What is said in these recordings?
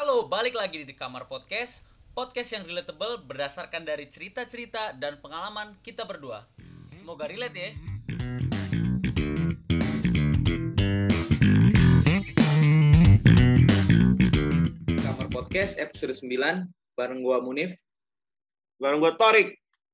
Halo, balik lagi di Kamar Podcast. Podcast yang relatable berdasarkan dari cerita-cerita dan pengalaman kita berdua. Semoga relate ya. Kamar Podcast episode 9 bareng gua Munif. Bareng gue Torik.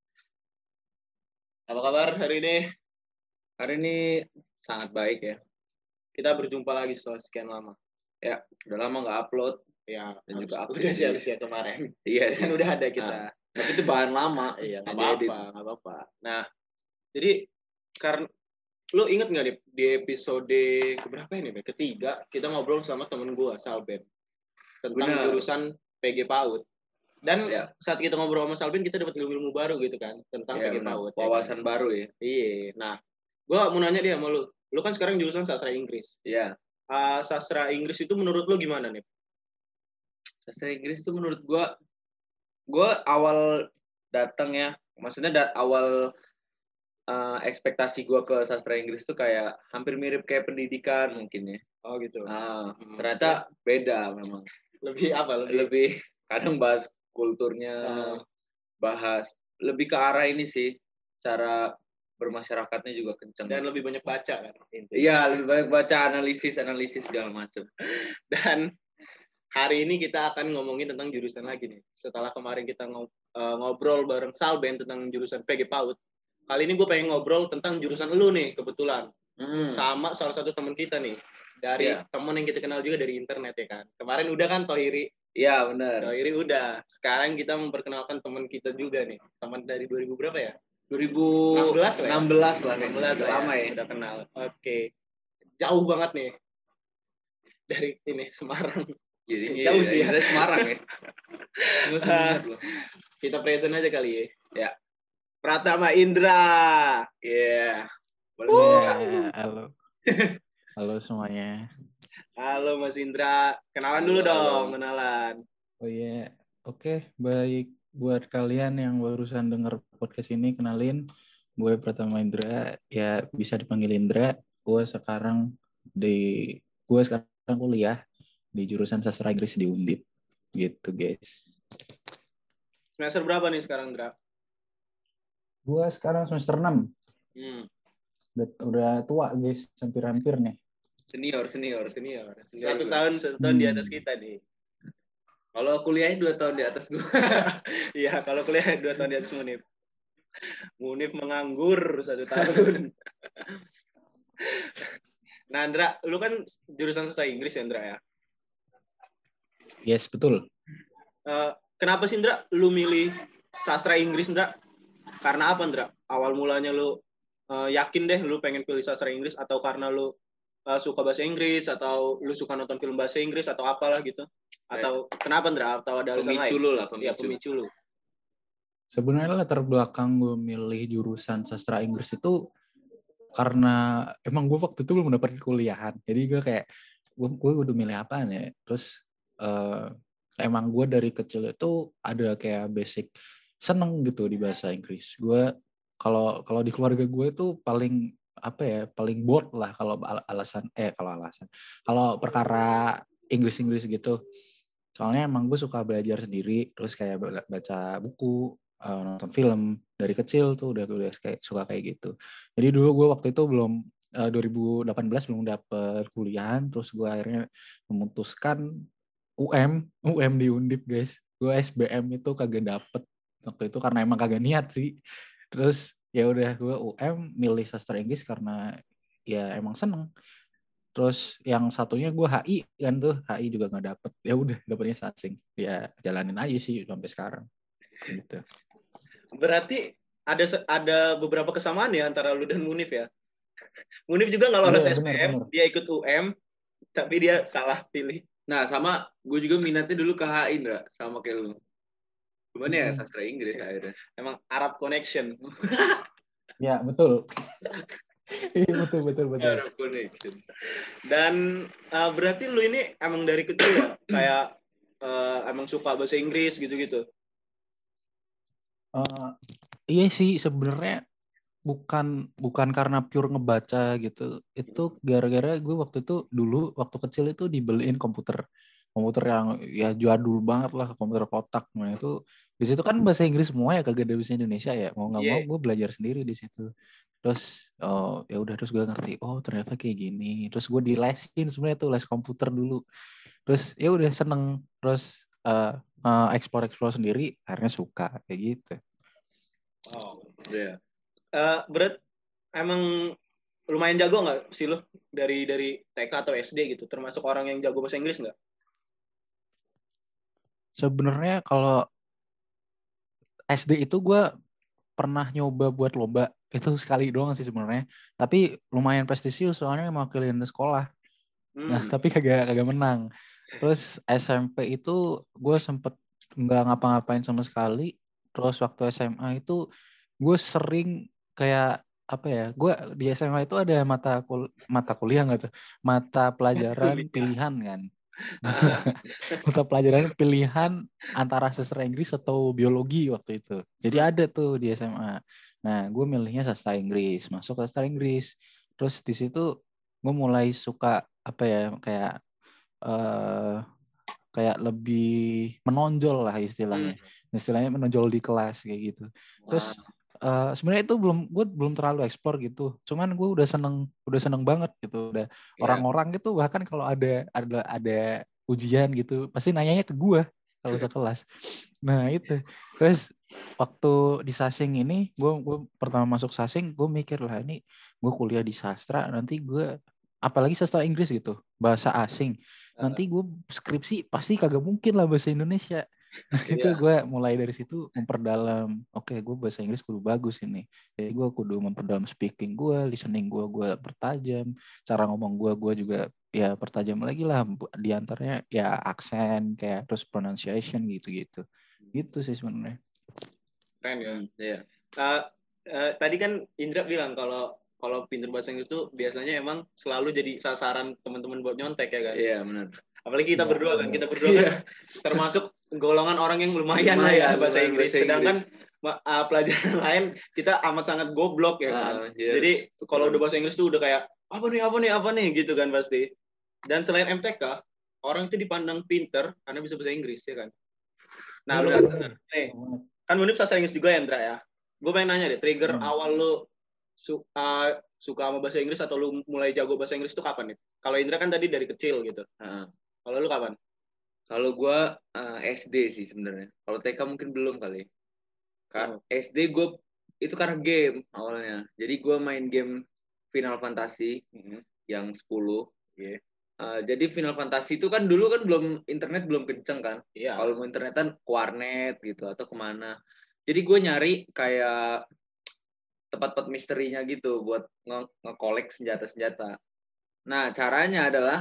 Apa kabar hari ini? Hari ini sangat baik ya. Kita berjumpa lagi setelah sekian lama. Ya, udah lama nggak upload. Ya, Dan juga udah sih kemarin. Iya Kan udah ada kita. Nah, tapi itu bahan lama. Iya, nggak Edit. apa-apa. Nah, jadi karena lu inget nggak di episode keberapa ini? Ketiga, kita ngobrol sama temen gue, Salben, tentang Benar. jurusan PG PAUD. Dan Ya. saat kita ngobrol sama Salben, kita dapat ilmu baru gitu kan tentang Ya, PG benar. PAUD. Wawasan baru ya. Iya. Nah, gue mau nanya dia sama lu. Lu kan sekarang jurusan sastra Inggris. Iya. Sastra Inggris itu menurut lu gimana nih? Sastra Inggris itu menurut gua awal datang ya. Maksudnya awal ekspektasi gua ke sastra Inggris tuh kayak hampir mirip kayak pendidikan mungkin ya. Oh gitu. Ternyata beda memang. Lebih apa? Lebih kadang bahas kulturnya, bahas lebih ke arah ini sih, cara bermasyarakatnya juga kenceng. Dan lebih banyak baca kan. Iya, lebih banyak baca analisis segala macam. Dan hari ini kita akan ngomongin tentang jurusan lagi nih. Setelah kemarin kita ngobrol bareng Salben tentang jurusan PG PAUD. Kali ini gue pengen ngobrol tentang jurusan lu nih kebetulan. Sama salah satu teman kita nih. Dari teman yang kita kenal juga dari internet ya kan. Kemarin udah kan Tohiri. Iya, benar. Tohiri udah. Sekarang kita memperkenalkan teman kita juga nih. Teman dari 2000 berapa ya? 2016 lah. 16 lama ya. Udah kenal. Oke. Jauh banget nih. Dari ini Semarang. Jadi jauh sih ya. Dari Semarang ya. Kita present aja kali ya. Ya. Pratama Indra. Iya. Halo. Halo semuanya. Halo Mas Indra. Kenalan dulu dong, kenalan. Oh iya. Oke, baik. Buat kalian yang barusan denger podcast ini, kenalin. Gue Pratama Indra. Ya, bisa dipanggil Indra. Gue sekarang kuliah di jurusan Sastra Inggris di Undip. Gitu, guys. Semester berapa nih sekarang, Indra? Gue sekarang semester 6. Udah tua, guys. Hampir-hampir nih. Senior. Satu tahun di atas kita nih. Kalau kuliahnya 2 tahun di atas gue. Iya, kalau kuliah 2 tahun di atas Munif. Munif menganggur 1 tahun. Nah, Indra, lu kan jurusan sastra Inggris ya, Indra ya? Yes, betul. Kenapa sih, Indra, lu milih sastra Inggris, Indra? Karena apa, Indra? Awal mulanya lu yakin deh lu pengen pilih sastra Inggris, atau karena lu suka bahasa Inggris, atau lu suka nonton film bahasa Inggris, atau apalah gitu? Atau kenapa, Indra? Atau ada alasan lain? Pemicu lu. Sebenarnya latar belakang gue milih jurusan sastra Inggris itu karena emang gue waktu itu belum dapat kuliahan. Jadi gue kayak, gue udah milih apaan ya? Terus emang gue dari kecil itu ada kayak basic seneng gitu di bahasa Inggris. Gue kalau di keluarga gue itu paling bold lah kalau kalau perkara Inggris gitu. Soalnya emang gue suka belajar sendiri, terus kayak baca buku, nonton film dari kecil tuh udah kayak suka kayak gitu. Jadi dulu gue waktu itu 2018 belum dapet kuliahan, terus gue akhirnya memutuskan UM di Undip, guys. Gue SBM itu kagak dapet waktu itu karena emang kagak niat sih. Terus ya udah gue UM milih sastra Inggris karena ya emang seneng. Terus yang satunya gue HI kan tuh, HI juga nggak dapet. Ya udah dapetnya sasing. Ya jalanin aja sih sampai sekarang. Gitu. Berarti ada beberapa kesamaan ya antara lu dan Munif ya. Munif juga nggak lolos SBM, bener. Dia ikut UM, tapi dia salah pilih. Nah, sama gue juga minatnya dulu ke HI, Indra, sama kayak lu. Cuman ya sastra Inggris akhirnya. Emang Arab connection. Ya, betul. betul. Arab connection. Dan berarti lu ini emang dari kecil ya kayak emang suka bahasa Inggris gitu-gitu. Iya sih, sebenarnya bukan karena pure ngebaca gitu. Itu gara-gara gue waktu itu dulu waktu kecil itu dibeliin komputer komputer yang ya jadul banget lah, komputer kotak. Nah itu di situ kan bahasa Inggris semua ya, kagak ada bahasa Indonesia ya. Mau nggak mau Iya. gue belajar sendiri di situ. Terus ya udah, terus gue ngerti, oh ternyata kayak gini. Terus gue dilesin sebenarnya tuh, les komputer dulu. Terus ya udah seneng. Terus explore sendiri, akhirnya suka kayak gitu. Oh. Iya. Berat emang lumayan jago nggak sih lu dari TK atau SD gitu? Termasuk orang yang jago bahasa Inggris nggak? Sebenarnya kalau SD itu gue pernah nyoba buat lomba, itu sekali doang sih sebenarnya. Tapi lumayan prestisius soalnya mewakilin sekolah. Nah, tapi kagak menang. Terus SMP itu gue sempet nggak ngapa-ngapain sama sekali. Terus waktu SMA itu gue sering kayak apa ya? Gue di SMA itu ada mata kuliah nggak tuh? Mata pelajaran Kuliah. pilihan kan. Mata pelajaran pilihan antara sastra Inggris atau biologi waktu itu. Jadi ada tuh di SMA. Nah, gue milihnya sastra Inggris, masuk sastra Inggris. Terus di situ gue mulai suka apa ya, kayak lebih menonjol lah istilahnya. Istilahnya menonjol di kelas kayak gitu. Terus sebenarnya itu gue belum terlalu explore gitu. Cuman gue udah seneng banget gitu. Udah orang-orang gitu bahkan kalau ada ujian gitu pasti nanyanya ke gue kalau sekelas. Nah itu. Terus waktu di Sasing ini, gue pertama masuk Sasing, gue mikir lah ini gue kuliah di sastra, nanti gue apalagi sastra Inggris gitu, bahasa asing. Nanti gue skripsi pasti kagak mungkin lah bahasa Indonesia. Nah itu gue mulai dari situ memperdalam. Oke, gue bahasa Inggris kudu bagus ini. Jadi gue kudu memperdalam speaking gue, listening gue pertajam. Cara ngomong gue juga ya pertajam lagi lah. Di antaranya ya aksen, kayak terus pronunciation gitu-gitu. Gitu sih sebenarnya. Keren ya. Iya. Tadi kan Indra bilang kalau pinter bahasa Inggris itu biasanya emang selalu jadi sasaran teman-teman buat nyontek ya kan. Iya, benar. Apalagi kita berdua kan termasuk golongan orang yang lumayan lah ya bahasa Inggris. Sedangkan pelajaran lain kita amat sangat goblok ya kan. Jadi kalau udah bahasa Inggris tuh udah kayak apa nih gitu kan pasti. Dan selain MTK, orang itu dipandang pinter karena bisa bahasa Inggris ya kan. Nah, lu kan kan Unip sastra Inggris juga ya, Indra ya. Gue pengen nanya deh, trigger awal lu suka sama bahasa Inggris atau lu mulai jago bahasa Inggris itu kapan nih? Kalau Indra kan tadi dari kecil gitu. Kalau lu kapan? Kalau gue SD sih sebenarnya. Kalau TK mungkin belum kali. SD gue itu karena game awalnya. Jadi gue main game Final Fantasy yang 10. Yeah. Jadi Final Fantasy itu kan dulu kan internet belum kenceng kan. Yeah. Kalau mau internetan ke warnet gitu atau kemana. Jadi gue nyari kayak tempat-tempat misterinya gitu buat nge-collect senjata-senjata. Nah caranya adalah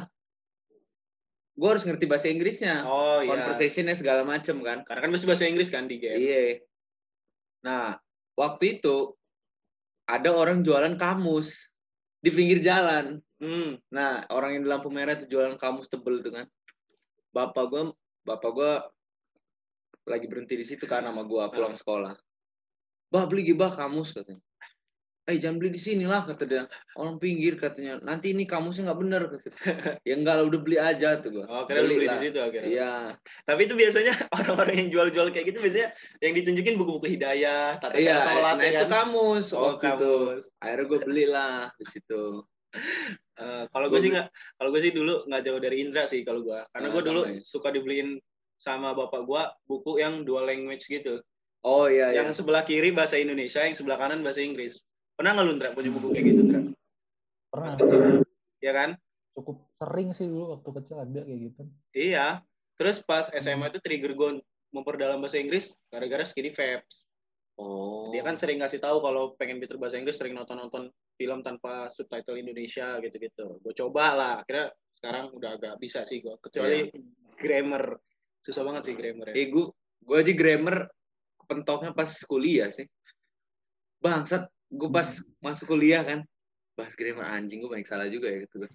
gue harus ngerti bahasa Inggrisnya. Conversation-nya segala macem kan. Karena kan masih bahasa Inggris kan di game. Iya. Nah waktu itu ada orang jualan kamus di pinggir jalan. Nah, orang yang di lampu merah itu jualan kamus tebel itu kan. Bapak gue lagi berhenti di situ kan sama gue pulang sekolah. Bah, beli gibah kamus katanya. Jangan beli di sini lah kata dia. Orang pinggir katanya. Nanti ini kamusnya nggak bener katanya. Ya enggak lah, udah beli aja tuh gue. Karena beli di situ akhirnya. Iya. Tapi itu biasanya orang-orang yang jual-jual kayak gitu biasanya yang ditunjukin buku-buku hidayah, tata cara sholat. Nah itu kamus waktu kamus. itu. Akhirnya gue belilah di situ. Kalau gue sih dulu nggak jauh dari Indra sih kalau gue, karena gue dulu suka dibeliin sama bapak gue buku yang dual language gitu. Oh iya. Yang sebelah kiri bahasa Indonesia, yang sebelah kanan bahasa Inggris. Pernah nggak lu Indra punya buku kayak gitu, Indra? Pernah. Iya kan? Cukup sering sih dulu waktu kecil ada kayak gitu. Iya. Terus pas SMA itu trigger gue memperdalam bahasa Inggris gara-gara Skinny Vapes. Dia kan sering ngasih tahu kalau pengen pinter bahasa Inggris, sering nonton film tanpa subtitle Indonesia gitu-gitu. Gue coba lah, akhirnya sekarang udah agak bisa sih gue. Kecuali grammar, susah banget sih grammar. Gue aja grammar pentoknya pas kuliah sih. Bangsat, gue pas masuk kuliah kan, bahas grammar anjing, gue banyak salah juga ya gitu.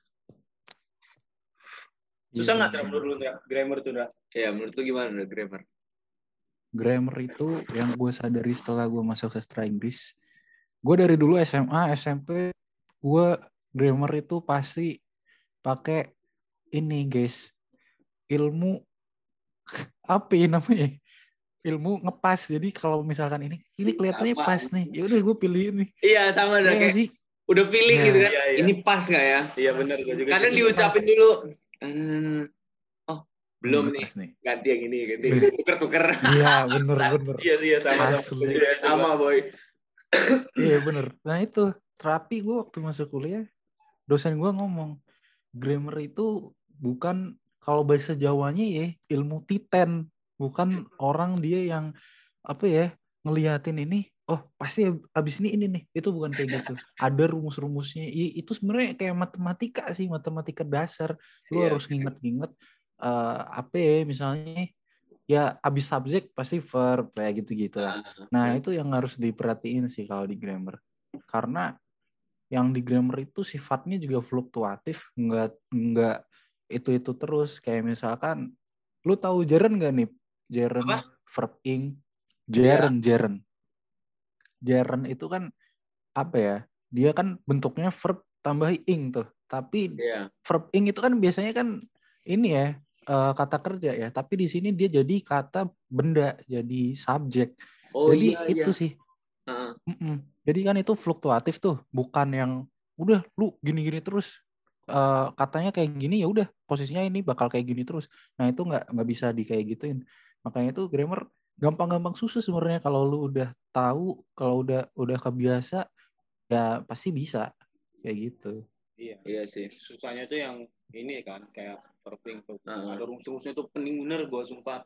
Susah nggak menurut lu grammar tuh, Ndra? Ya, menurut lu gimana grammar? Grammar itu yang gue sadari setelah gue masuk sastra Inggris. Gue dari dulu SMA, SMP, gue grammar itu pasti pakai ini guys. ilmu apa ya namanya? Ilmu ngepas. Jadi kalau misalkan ini kelihatannya Sama. pas nih, ya udah gue pilih ini. Iya sama Ya dah nggak kayak sih? udah feeling Iya. gitu kan. Iya, iya. Ini pas nggak ya? Iya benar, gue juga Kadang gitu. diucapin dulu. Oh belum Ini nih. pas nih. Ganti yang ini, ganti yang ini. Tuker-tuker. Iya bener. Iya sih, ya sama. Asli. Iya, Sama boy. Iya bener. Nah itu terapi gue waktu masuk kuliah, dosen gue ngomong, grammar itu bukan, kalau bahasa Jawanya ya, ilmu titen. Bukan orang dia yang apa ya, ngeliatin ini, oh pasti abis ini nih. Itu bukan kayak gitu. Ada rumus-rumusnya. Itu sebenarnya kayak matematika sih, matematika dasar. Lu Iya. harus nginget-nginget apa ya, misalnya ya abis subjek pasti verb kayak gitu-gitu lah. Nah itu yang harus diperhatiin sih kalau di grammar. Karena yang di grammar itu sifatnya juga fluktuatif, nggak itu terus. Kayak misalkan, lu tahu gerund nggak nih? Gerund, Apa? verb ing, Iya. gerund. Gerund itu kan apa ya? Dia kan bentuknya verb tambah ing tuh. Tapi Iya. verb ing itu kan biasanya kan ini ya, kata kerja ya. Tapi di sini dia jadi kata benda, jadi subjek. Oh Jadi iya itu iya. sih. Heeh. Jadi kan itu fluktuatif tuh, bukan yang udah lu gini-gini terus, katanya kayak gini ya udah posisinya ini bakal kayak gini terus. Nah itu nggak bisa di kayak gituin. Makanya itu grammar gampang-gampang susah sebenarnya. Kalau lu udah tahu, kalau udah kebiasa ya pasti bisa kayak gitu. Iya. Iya sih. Susahnya tuh yang ini kan, kayak verping tuh. Nah. Ada rumus-rumusnya tuh pening bener, gue sumpah.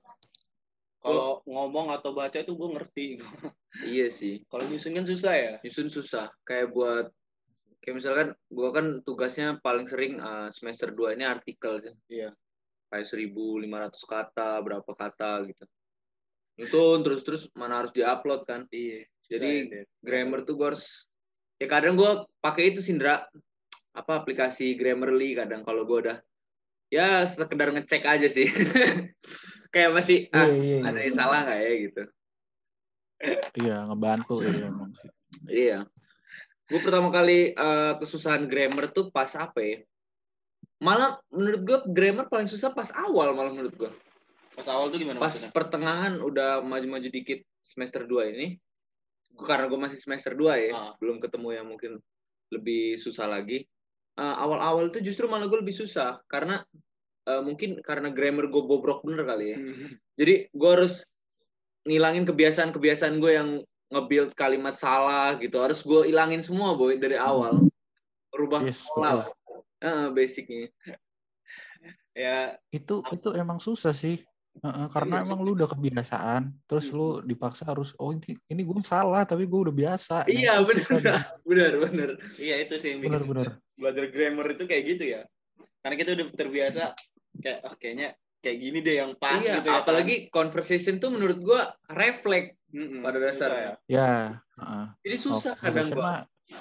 Kalau ngomong atau baca itu gue ngerti. Iya sih. Kalau nyusun kan susah ya. Nyusun susah. Kayak misalkan gue kan tugasnya paling sering semester 2 ini artikel sih. Iya. Kayak 1.500 kata, berapa kata gitu. Nyusun terus mana harus diupload kan. Iya. Jadi susah ya, grammar tuh gue harus, ya kadang gue pakai itu Sindra, apa aplikasi Grammarly kadang kalau gue udah ya sekedar ngecek aja sih. Kayak masih Iya. ada yang salah nggak ya gitu. Iya, ngebantu itu emang sih. Iya. Gue pertama kali kesusahan grammar tuh pas apa ya? Malah menurut gue grammar paling susah pas awal malah menurut gue. Pas awal tuh gimana Pas maksudnya? pertengahan udah maju-maju dikit semester 2 ini. Karena gue masih semester 2 ya, belum ketemu yang mungkin lebih susah lagi. Awal-awal itu justru malah gue lebih susah karena mungkin karena grammar gue bobrok bener kali ya. Jadi gue harus ngilangin kebiasaan-kebiasaan gue yang nge-build kalimat salah gitu. Harus gue ilangin semua boy dari awal. Rubah pola basicnya. Ya Itu emang susah sih. Karena emang lu udah kebiasaan, terus lu dipaksa harus, oh ini gue salah tapi gue udah biasa. Nah, Iya benar. Iya itu sih yang bikin Bener. belajar grammar itu kayak gitu ya. Karena kita udah terbiasa kayak kayaknya kayak gini deh yang pas iya, gitu ya. apalagi conversation tuh menurut gue refleks pada dasarnya. Ya. Jadi susah kadang gue.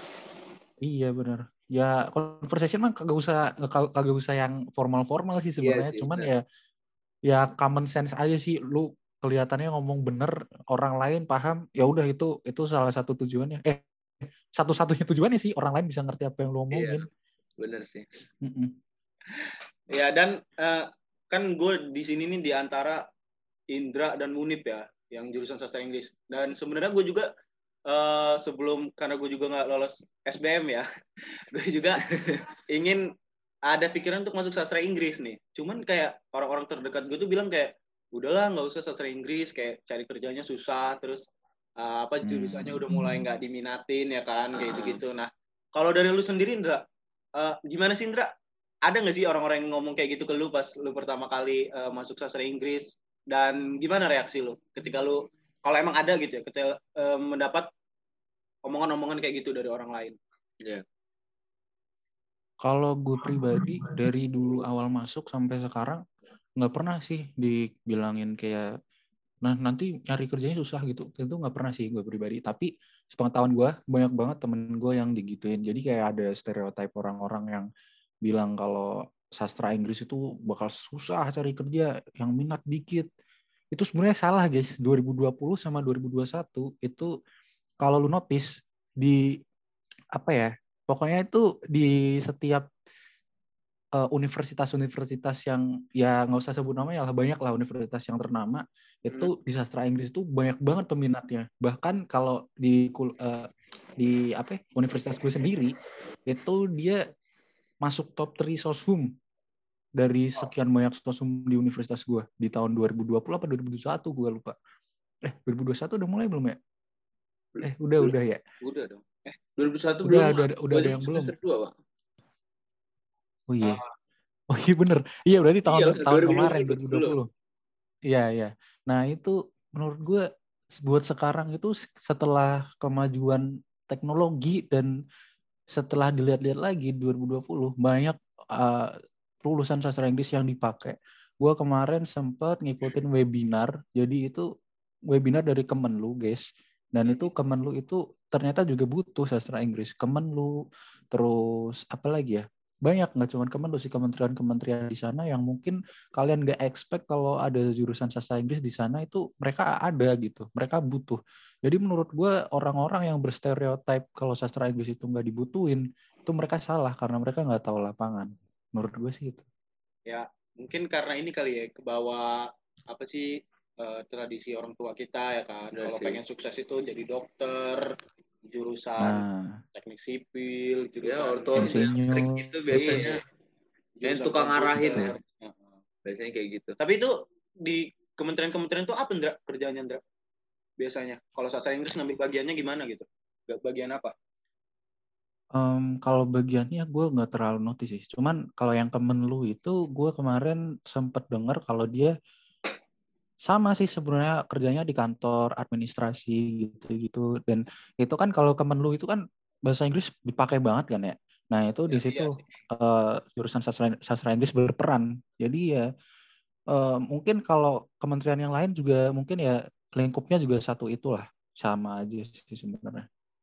Iya benar. Ya conversation mah kagak usah yang formal sih sebenarnya. Iya sih, cuman bener. ya common sense aja sih. Lu kelihatannya ngomong bener, orang lain paham. Ya udah itu salah satu tujuannya. Satu-satunya tujuannya sih orang lain bisa ngerti apa yang lu omongin. Iya, bener sih. Ya dan kan gue di sini nih di antara Indra dan Munib ya, yang jurusan sastra Inggris. Dan sebenarnya gue juga sebelum, karena gue juga nggak lolos SBM ya, gue juga ingin ada pikiran untuk masuk sastra Inggris nih. Cuman kayak orang-orang terdekat gue tuh bilang kayak, udahlah nggak usah sastra Inggris, kayak cari kerjanya susah, terus jurusannya udah mulai nggak diminatin ya kan, kayak gitu. Nah, kalau dari lu sendiri Indra, gimana sih Indra? Ada nggak sih orang-orang yang ngomong kayak gitu ke lu pas lu pertama kali masuk sastra Inggris? Dan gimana reaksi lu ketika lu, kalau emang ada gitu ya, ketika mendapat omongan-omongan kayak gitu dari orang lain? Iya. Kalau gue pribadi dari dulu awal masuk sampai sekarang nggak pernah sih dibilangin kayak, nah nanti cari kerjanya susah gitu. Itu nggak pernah sih gue pribadi. Tapi sepengetahuan gue banyak banget temen gue yang digituin. Jadi kayak ada stereotip orang-orang yang bilang kalau sastra Inggris itu bakal susah cari kerja, yang minat dikit. Itu sebenarnya salah guys. 2020 sama 2021 itu kalau lu notice di apa ya, pokoknya itu di setiap universitas-universitas yang ya nggak usah sebut namanya lah, banyak lah universitas yang ternama itu di sastra Inggris itu banyak banget peminatnya. Bahkan kalau di universitas gue sendiri itu dia masuk top 3 Soshum dari sekian banyak Soshum di universitas gue di tahun 2020 apa 2021 gue lupa. 2021 udah mulai belum ya? Udah ya. Udah dong. 2021 Udah belum. ada yang belum. Semester 2, Pak. Oh iya. Oh iya bener. Iya berarti tahun 2020 kemarin belum. 2020. Iya. Nah itu menurut gue buat sekarang itu setelah kemajuan teknologi dan setelah dilihat-lihat lagi 2020 banyak lulusan sastra Inggris yang dipakai. Gue kemarin sempat ngikutin webinar. Jadi itu webinar dari Kemenlu guys. Dan itu Kemenlu itu ternyata juga butuh sastra Inggris. Kemenlu, terus apa lagi ya? Banyak, nggak cuma Kemenlu sih, kementerian-kementerian di sana yang mungkin kalian nggak expect kalau ada jurusan sastra Inggris di sana itu mereka ada gitu, mereka butuh. Jadi menurut gue orang-orang yang berstereotip kalau sastra Inggris itu nggak dibutuhin itu mereka salah karena mereka nggak tahu lapangan. Menurut gue sih itu. Ya mungkin karena ini kali ya kebawa apa sih tradisi orang tua kita ya kan. Kalau pengen sukses itu jadi dokter, jurusan teknik sipil, jurusan sering gitu biasanya. Yang tukang arahin ya. Biasanya kayak gitu. Tapi itu di kementerian-kementerian itu apa Ndra kerjanya Ndra? Biasanya kalau sastra Inggris ngambil bagiannya gimana gitu? Bagian apa? Kalau bagiannya gue nggak terlalu notice sih. Cuman kalau yang Kemenlu itu gue kemarin sempat dengar kalau dia sama sih sebenarnya kerjanya di kantor administrasi gitu-gitu. Dan itu kan kalau Kemenlu itu kan bahasa Inggris dipakai banget kan ya. Nah itu di situ jurusan sastra Inggris berperan. Jadi ya mungkin kalau kementerian yang lain juga mungkin ya lingkupnya juga satu itulah, sama aja sih sebenarnya.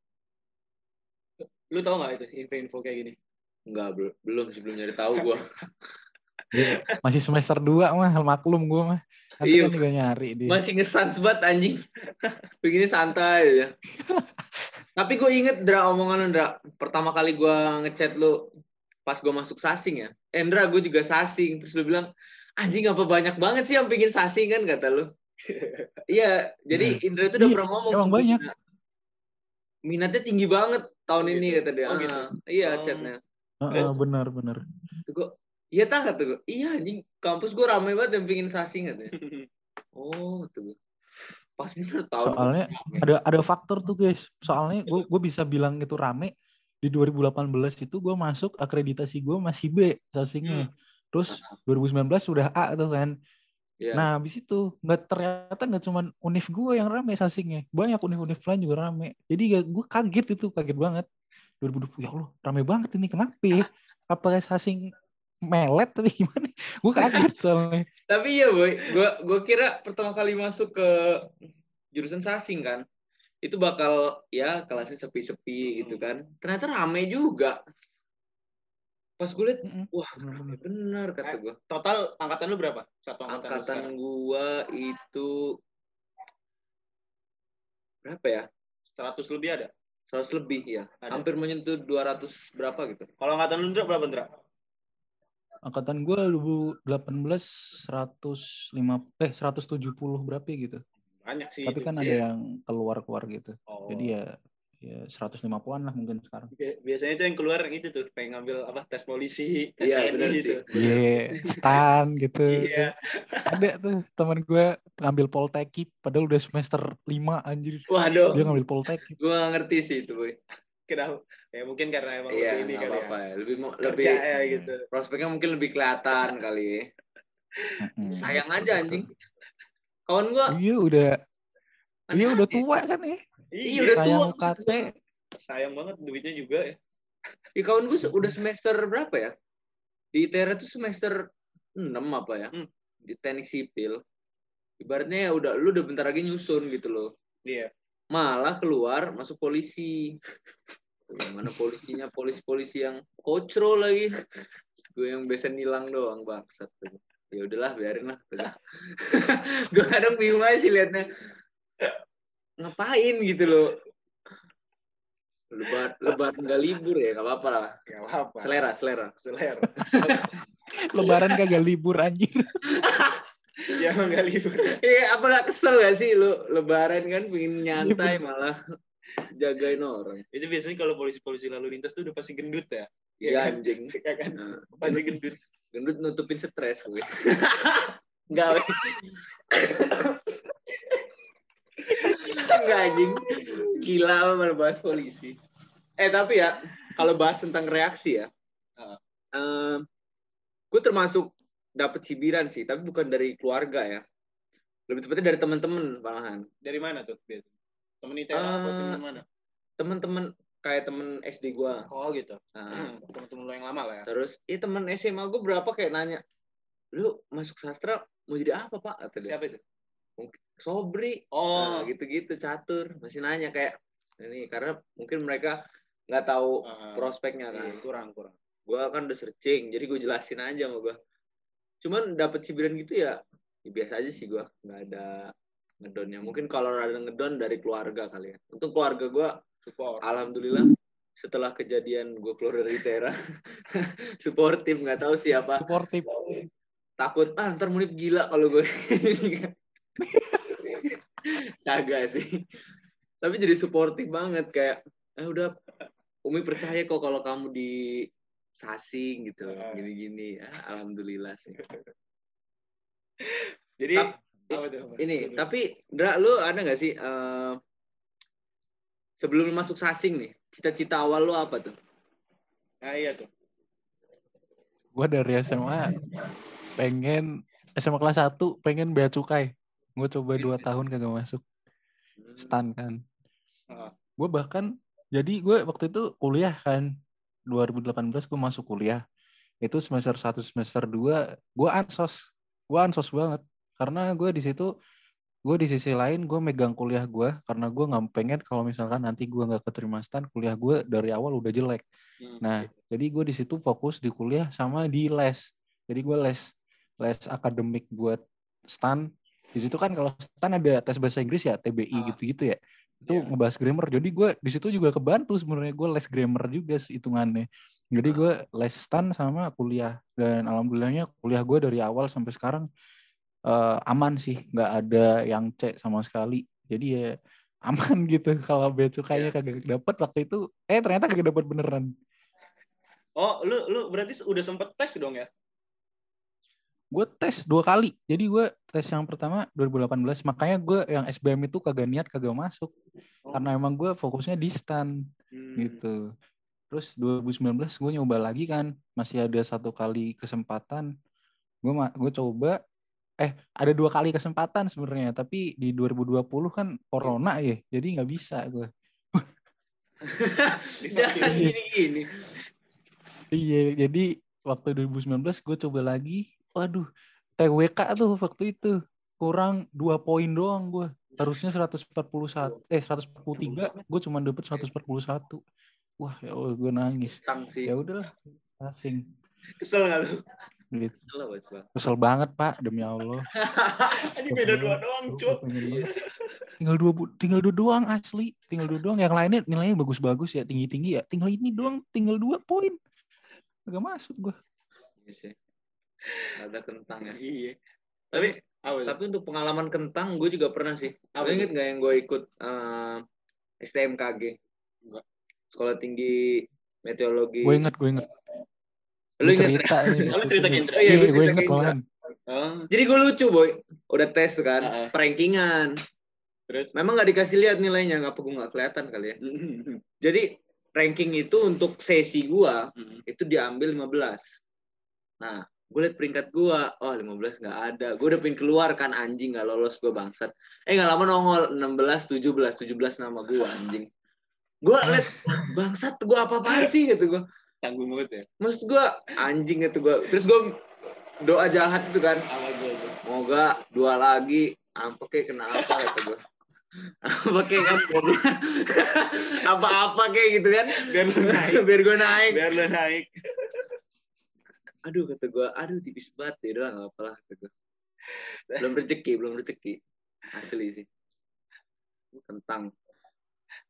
Lu tau nggak itu info-info kayak gini? Enggak, belum nyari tahu gue. Masih semester 2 mah, maklum gue mah. Nanti kan juga nyari dia. Masih ngesans banget anjing. Begini santai ya. Tapi gue inget Dra, omongan lu Dra. Pertama kali gue ngechat lu pas gue masuk sasing ya. Endra gue juga sasing. Terus lu bilang, anjing apa banyak banget sih yang pengen sasing kan kata lu. Iya, jadi Indra itu udah pernah ngomong emang banyak. Minatnya tinggi banget tahun ini kata dia. Gitu. Iya chatnya. Benar. Tuh gue, iya tak kata gue. Iya anjing, kampus gue ramai banget yang pengen sasing katanya. Oh, tuh gue. Pas bener tahun. Soalnya ada faktor tuh guys. Soalnya gue bisa bilang itu rame. Di 2018 itu gue masuk akreditasi gue masih B sasingnya. Terus 2019 sudah A tuh kan. Yeah. Nah habis itu ternyata nggak cuma univ gue yang rame sasingnya. Banyak univ-univ lain juga rame. Jadi gue kaget banget. 2020 ya Allah rame banget ini kenapa ya? Apakah sasing melet tapi gimana? Gue kaget soalnya. Tapi iya boy, gue kira pertama kali masuk ke jurusan sasing kan, itu bakal ya kelasnya sepi-sepi gitu kan. Ternyata rame juga. Pas gue liat, wah rame bener kata gue. Total angkatan lu berapa? Satu angkatan gue itu berapa ya? 100 lebih ada? 100 lebih ya. Ada. Hampir menyentuh 200 berapa gitu. Kalau angkatan lu Ndra berapa Ndra? Angkatan gue 2018 170 berapa gitu. Banyak sih. Tapi itu kan ada yang keluar gitu. Jadi ya 150-an lah mungkin sekarang. Biasanya itu yang keluar itu tuh pengen ngambil tes polisi. Iya benar sih. Iya, stan gitu. Iya. Ada tuh teman gue ngambil Poltekip padahal udah semester 5 anjir. Waduh. Dia ngambil Poltekip. Gue gak ngerti sih itu, boy. Kenapa? Ya mungkin karena emang lebih ini kali apa ya. Lebih ya gitu. Prospeknya mungkin lebih kelihatan kali. Sayang aja anjing. Kawan gue. Iya udah tua kan ya. Iya udah tua. UKT. Sayang banget duitnya juga ya. Iya kawan gue udah semester berapa ya? Di ITERA tuh semester 6 apa ya? Di teknik sipil. Ibaratnya ya lu udah bentar lagi nyusun gitu loh. Iya. Malah keluar masuk polisi. Mana polisinya polisi yang kocro lagi. Gue yang biasa nilang doang bangsat. Ya udahlah biarin lah. Gue kadang bingung aja sih liatnya. Ngapain gitu loh. Lebaran nggak libur ya, nggak apa-apa lah. Gak apa-apa. Selera. Lebaran kagak libur anjir. Ya emang gak libur. Apa nggak kesel gak sih lu Lebaran kan pengen nyantai malah jagain orang. Itu biasanya kalau polisi-polisi lalu lintas tuh udah pasti gendut ya. Iya anjing. Ya kan? Nah, Pasti gendut. gendut nutupin stres gue. Enggak. Enggak anjing. Gila malah bahas polisi. Tapi ya kalau bahas tentang reaksi ya. Gue termasuk dapat cibiran sih, tapi bukan dari keluarga ya. Lebih tepatnya dari teman-teman malahan. Dari mana tuh? Temen ITE apa temen mana? Teman-teman kayak temen SD gue. Oh gitu. Nah, Temen-temen lo yang lama lah ya. terus temen SMA gue berapa kayak nanya, lu masuk sastra mau jadi apa pak? Kata dia. Siapa itu? Sobri. Oh. Gitu-gitu catur masih nanya kayak ini karena mungkin mereka nggak tahu prospeknya kan. Kurang. Gue kan udah searching, jadi gue jelasin aja sama gue. Cuman dapet cibiran gitu ya biasa aja sih gue, nggak ada ngedonnya. Mungkin kalau ada ngedon dari keluarga kali ya. Untung keluarga gue Support. alhamdulillah setelah kejadian gue keluar dari ITERA suportif, nggak tahu siapa. Suportif. Takut ntar Munib gila kalau gue. Kagak sih. Tapi jadi suportif banget kayak udah Umi percaya kok kalau kamu di sasing gitu gini-gini. Alhamdulillah sih. Jadi tapi Dra, lu ada nggak sih sebelum masuk sasing nih cita-cita awal lu apa tuh? Nah iya tuh. Gue dari SMA SMA kelas 1 pengen bea cukai. Gue coba 2 tahun kagak masuk. Stan kan. Gue bahkan jadi gue waktu itu kuliah kan 2018 gue masuk kuliah. Itu semester 1 semester 2 gue ansos banget. Karena gue di sisi lain gue megang kuliah gue karena gue nggak pengen kalau misalkan nanti gue nggak keterima stan, kuliah gue dari awal udah jelek. Nah jadi gue di situ fokus di kuliah sama di les. Jadi gue les akademik buat stan. Di situ kan kalau stan ada tes bahasa Inggris ya, TBI gitu-gitu ya. Itu ngebahas grammar. Jadi gue di situ juga kebantu sebenarnya, gue les grammar juga hitungannya. Jadi gue les stan sama kuliah, dan alhamdulillahnya kuliah gue dari awal sampai sekarang aman sih, nggak ada yang C sama sekali. Jadi ya aman gitu. Kalau bea cukainya kagak dapet waktu itu, ternyata kagak dapet beneran. Oh, lu berarti udah sempet tes dong ya? Gue tes 2 kali. Jadi gue tes yang pertama 2018, makanya gue yang SBM itu kagak niat, kagak masuk. Karena emang gue fokusnya di stan gitu. Terus 2019 gue nyoba lagi kan, masih ada 1 kali kesempatan. Gue coba, ada 2 kali kesempatan sebenarnya, tapi di 2020 kan corona ya, jadi nggak bisa gue. Gini. Iya, jadi waktu 2019 gue coba lagi, waduh, TWK tuh waktu itu kurang 2 poin doang gue. Harusnya 143, gue cuma dapet 141. Wah, ya Allah, gue nangis. Ya udahlah, asing. Kesel nggak lu? Gitu. Kesel banget Pak, demi Allah. Ini beda 2 doang, Cuk. Tinggal 2 doang asli. Tinggal 2 doang. Yang lainnya nilainya bagus-bagus ya, tinggi-tinggi ya. Tinggal ini doang, tinggal 2 poin. Gak masuk gue. Iya sih. Ada kentang ya. Iya. Tapi untuk pengalaman kentang gue juga pernah sih. Lu inget nggak yang gue ikut STMKG? Enggak. Sekolah Tinggi Meteorologi. Gue inget. Lu cerita nih. Lu cerita Indra. Iya, gue inget malahan. Jadi gue lucu boy. Udah tes kan, rankingan. Terus memang nggak dikasih lihat nilainya, nggak nggak kelihatan kali ya. Jadi ranking itu untuk sesi gue itu diambil 15. Nah, gue liat peringkat gue, 15 nggak ada. Gue udah pengen keluar kan, anjing nggak lolos gue bangsat. Nggak lama nongol 16, 17 nama gue anjing. Gue liat bangsat, gue apa-apaan sih gitu gue. Tanggung banget ya. Maksud gue anjing gitu gue. Terus gue doa jahat itu kan. Moga 2 lagi, kayak kenapa kata gue. Kayak kan apa-apa kayak gitu kan. Biar gue naik. Aduh kata gue, tipis banget ya, udah nggak apa-apa kata gue. Belum rezeki, asli sih. Kentang.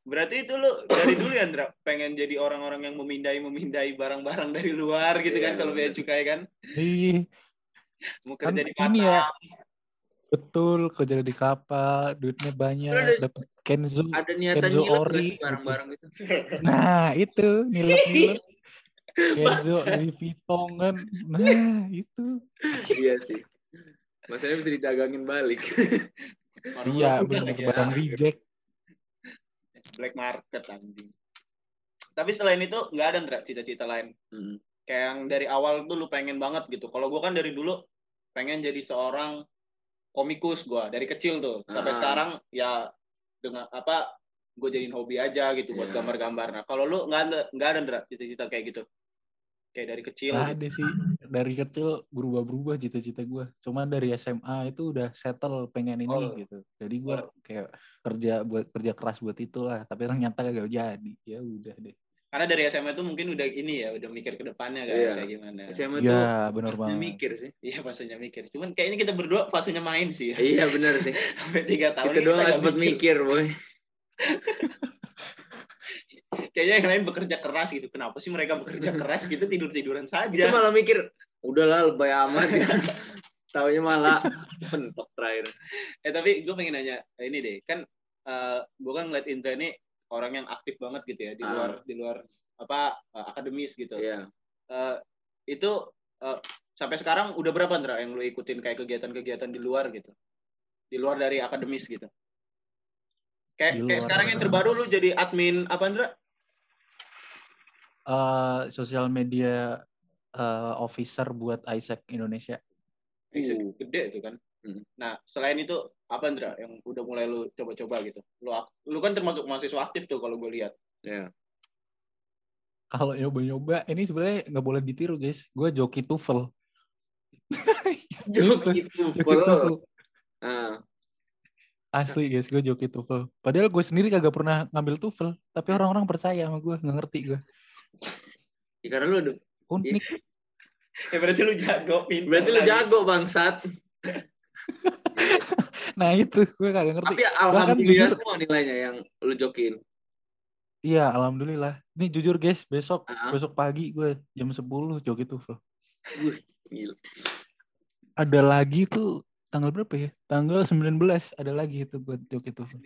Berarti itu lu dari dulu ya, Andra, pengen jadi orang-orang yang memindai barang-barang dari luar gitu Iya, kan, kalau bea bener. cukai kan. Iya, Mau kan kerja di ini pasar. ya, betul, kerja di kapal, duitnya Lu banyak, dapat ada niatan Kenzo nyilep nggak ori sih gitu. barang-barang gitu? Nah, itu nilep-nilep Kenzo Bangsa. Louis Vuitton kan. Nah, itu. Iya sih. Masalahnya bisa didagangin balik. Iya, Orang-orang bener lagi barang ya, reject. black market anjing. Tapi selain itu nggak ada, Andra, cita-cita lain. Kayak yang dari awal tuh lu pengen banget gitu. Kalau gue kan dari dulu pengen jadi seorang komikus, gue dari kecil tuh sampai sekarang ya dengan apa gue jadiin hobi aja gitu buat gambar-gambar. Nah kalau lu nggak ada, Ndra, cita-cita kayak gitu, kayak dari kecil Gak gitu. ada sih. Dari kecil berubah-berubah cita-cita gue. Cuma dari SMA itu udah settle pengen ini gitu. Jadi gue kayak kerja keras buat itulah. Tapi ternyata gak jadi. Ya udah deh. Karena dari SMA itu mungkin udah ini ya, udah mikir ke depannya kan kayak gimana. SMA Iya, tuh bener fasenya banget. mikir sih. Iya, fasenya mikir. Cuman kayaknya kita berdua fasenya main sih ya. Iya benar sih. Sampai 3 tahun Kita doang nggak nggak sempat mikir, boy. Kayaknya yang lain bekerja keras gitu. Kenapa sih mereka bekerja keras gitu, tidur-tiduran saja? Kita malah mikir, udahlah lebay amat gitu. Taunya malah mentok terakhir. Tapi gue pengen nanya ini deh, kan gue kan ngeliat Indra ini orang yang aktif banget gitu ya di luar apa akademis gitu. Iya. Itu sampai sekarang udah berapa, Indra, yang lu ikutin kayak kegiatan-kegiatan di luar gitu, di luar dari akademis gitu? Kayak sekarang yang terbaru lu jadi admin apa, Indra? Sosial media officer buat Isaac Indonesia. Gede itu kan. Nah, selain itu apa, Indra, yang udah mulai lu coba-coba gitu? Lu kan termasuk mahasiswa aktif tuh kalau gue lihat. Iya. Kalau nyoba-nyoba, ini sebenarnya nggak boleh ditiru guys. Gue joki TOEFL. Joki TOEFL. Asli guys, gue joki TOEFL. Padahal gue sendiri kagak pernah ngambil TOEFL, tapi orang-orang percaya sama gue, nggak ngerti gue. Ya, karena lu unik. Ya berarti lu jago, pintar. Berarti lu jago, bangsat. Nah itu, gue kagak ngerti. Tapi alhamdulillah semua nilainya yang lu jokin. Iya, alhamdulillah. Ini jujur guys, besok pagi gue jam 10 joki TOEFL. Gila. Ada lagi tuh tanggal berapa ya? Tanggal 19 ada lagi itu buat joki TOEFL.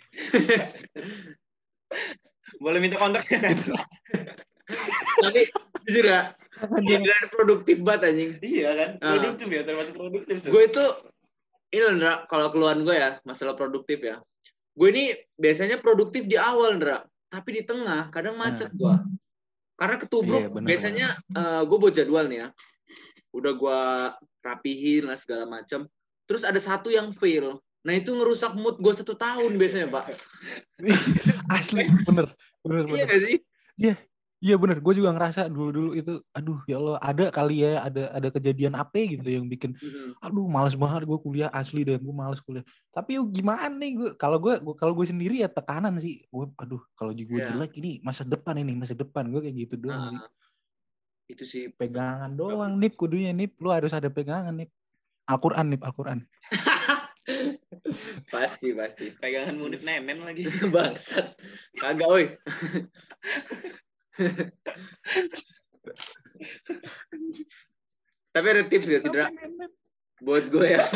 Boleh minta kontaknya. Tapi jujur ya, Indra produktif banget anjing. Iya kan? Produktif ya, termasuk produktif tuh. Gue itu ini Indra, kalau keluhan gue ya, masalah produktif ya. Gue ini biasanya produktif di awal, Indra. Tapi di tengah kadang macet gue. Karena ketubruk biasanya gue buat jadwal nih ya. Udah gue rapihin lah segala macam. Terus ada satu yang fail. Nah itu ngerusak mood gue 1 tahun biasanya, Pak. Asli, bener. Iya gak sih? Iya bener, gue juga ngerasa dulu itu, aduh ya Allah, ada kali ya, ada kejadian apa gitu yang bikin, aduh males banget gue kuliah, asli deh, gue males kuliah. Tapi gimana nih, kalau gue sendiri ya tekanan sih, gue, aduh kalau gue jelek ini masa depan, gue kayak gitu doang sih. Itu sih pegangan doang, Nip, kudunya Nip, lu harus ada pegangan Nip. Al-Quran Nip, Al-Quran. Pasti. Pegangan munif nenen lagi. Bangsat. Kagak, oi. Tapi ada tips gak sih, Dra? Buat gue ya.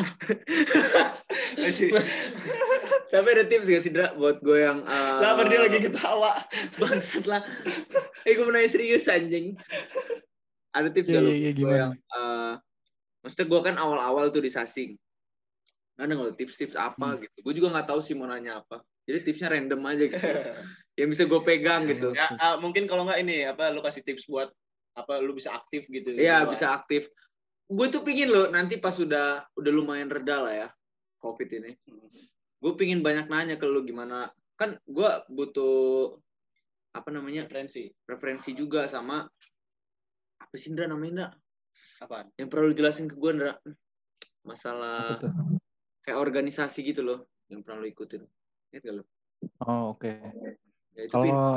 Tapi ada tips gak sih, Dra? Buat gue yang... Lah, dia lagi ketawa. Bangsat lah. Gue menanya serius, anjing. Ada tips gak lu? Gue yang... maksudnya gue kan awal-awal tuh di Sasing. Ada nggak tips-tips apa gitu? Gue juga nggak tahu sih mau nanya apa. Jadi tipsnya random aja gitu. Yang bisa gue pegang gitu. Ya, mungkin kalau nggak ini lu kasih tips buat lu bisa aktif gitu. Iya, bisa aktif. Gue tuh pingin lo nanti pas udah lumayan reda lah ya COVID ini. Gue pingin banyak nanya ke lu gimana. Kan gue butuh referensi juga sama apa sih, Ndra namanya, Ndra? Apaan? Yang perlu jelasin ke gue, Ndra. Masalah kayak organisasi gitu loh yang pernah lo ikutin. Ingat gak lo? Oh, oke. Ya,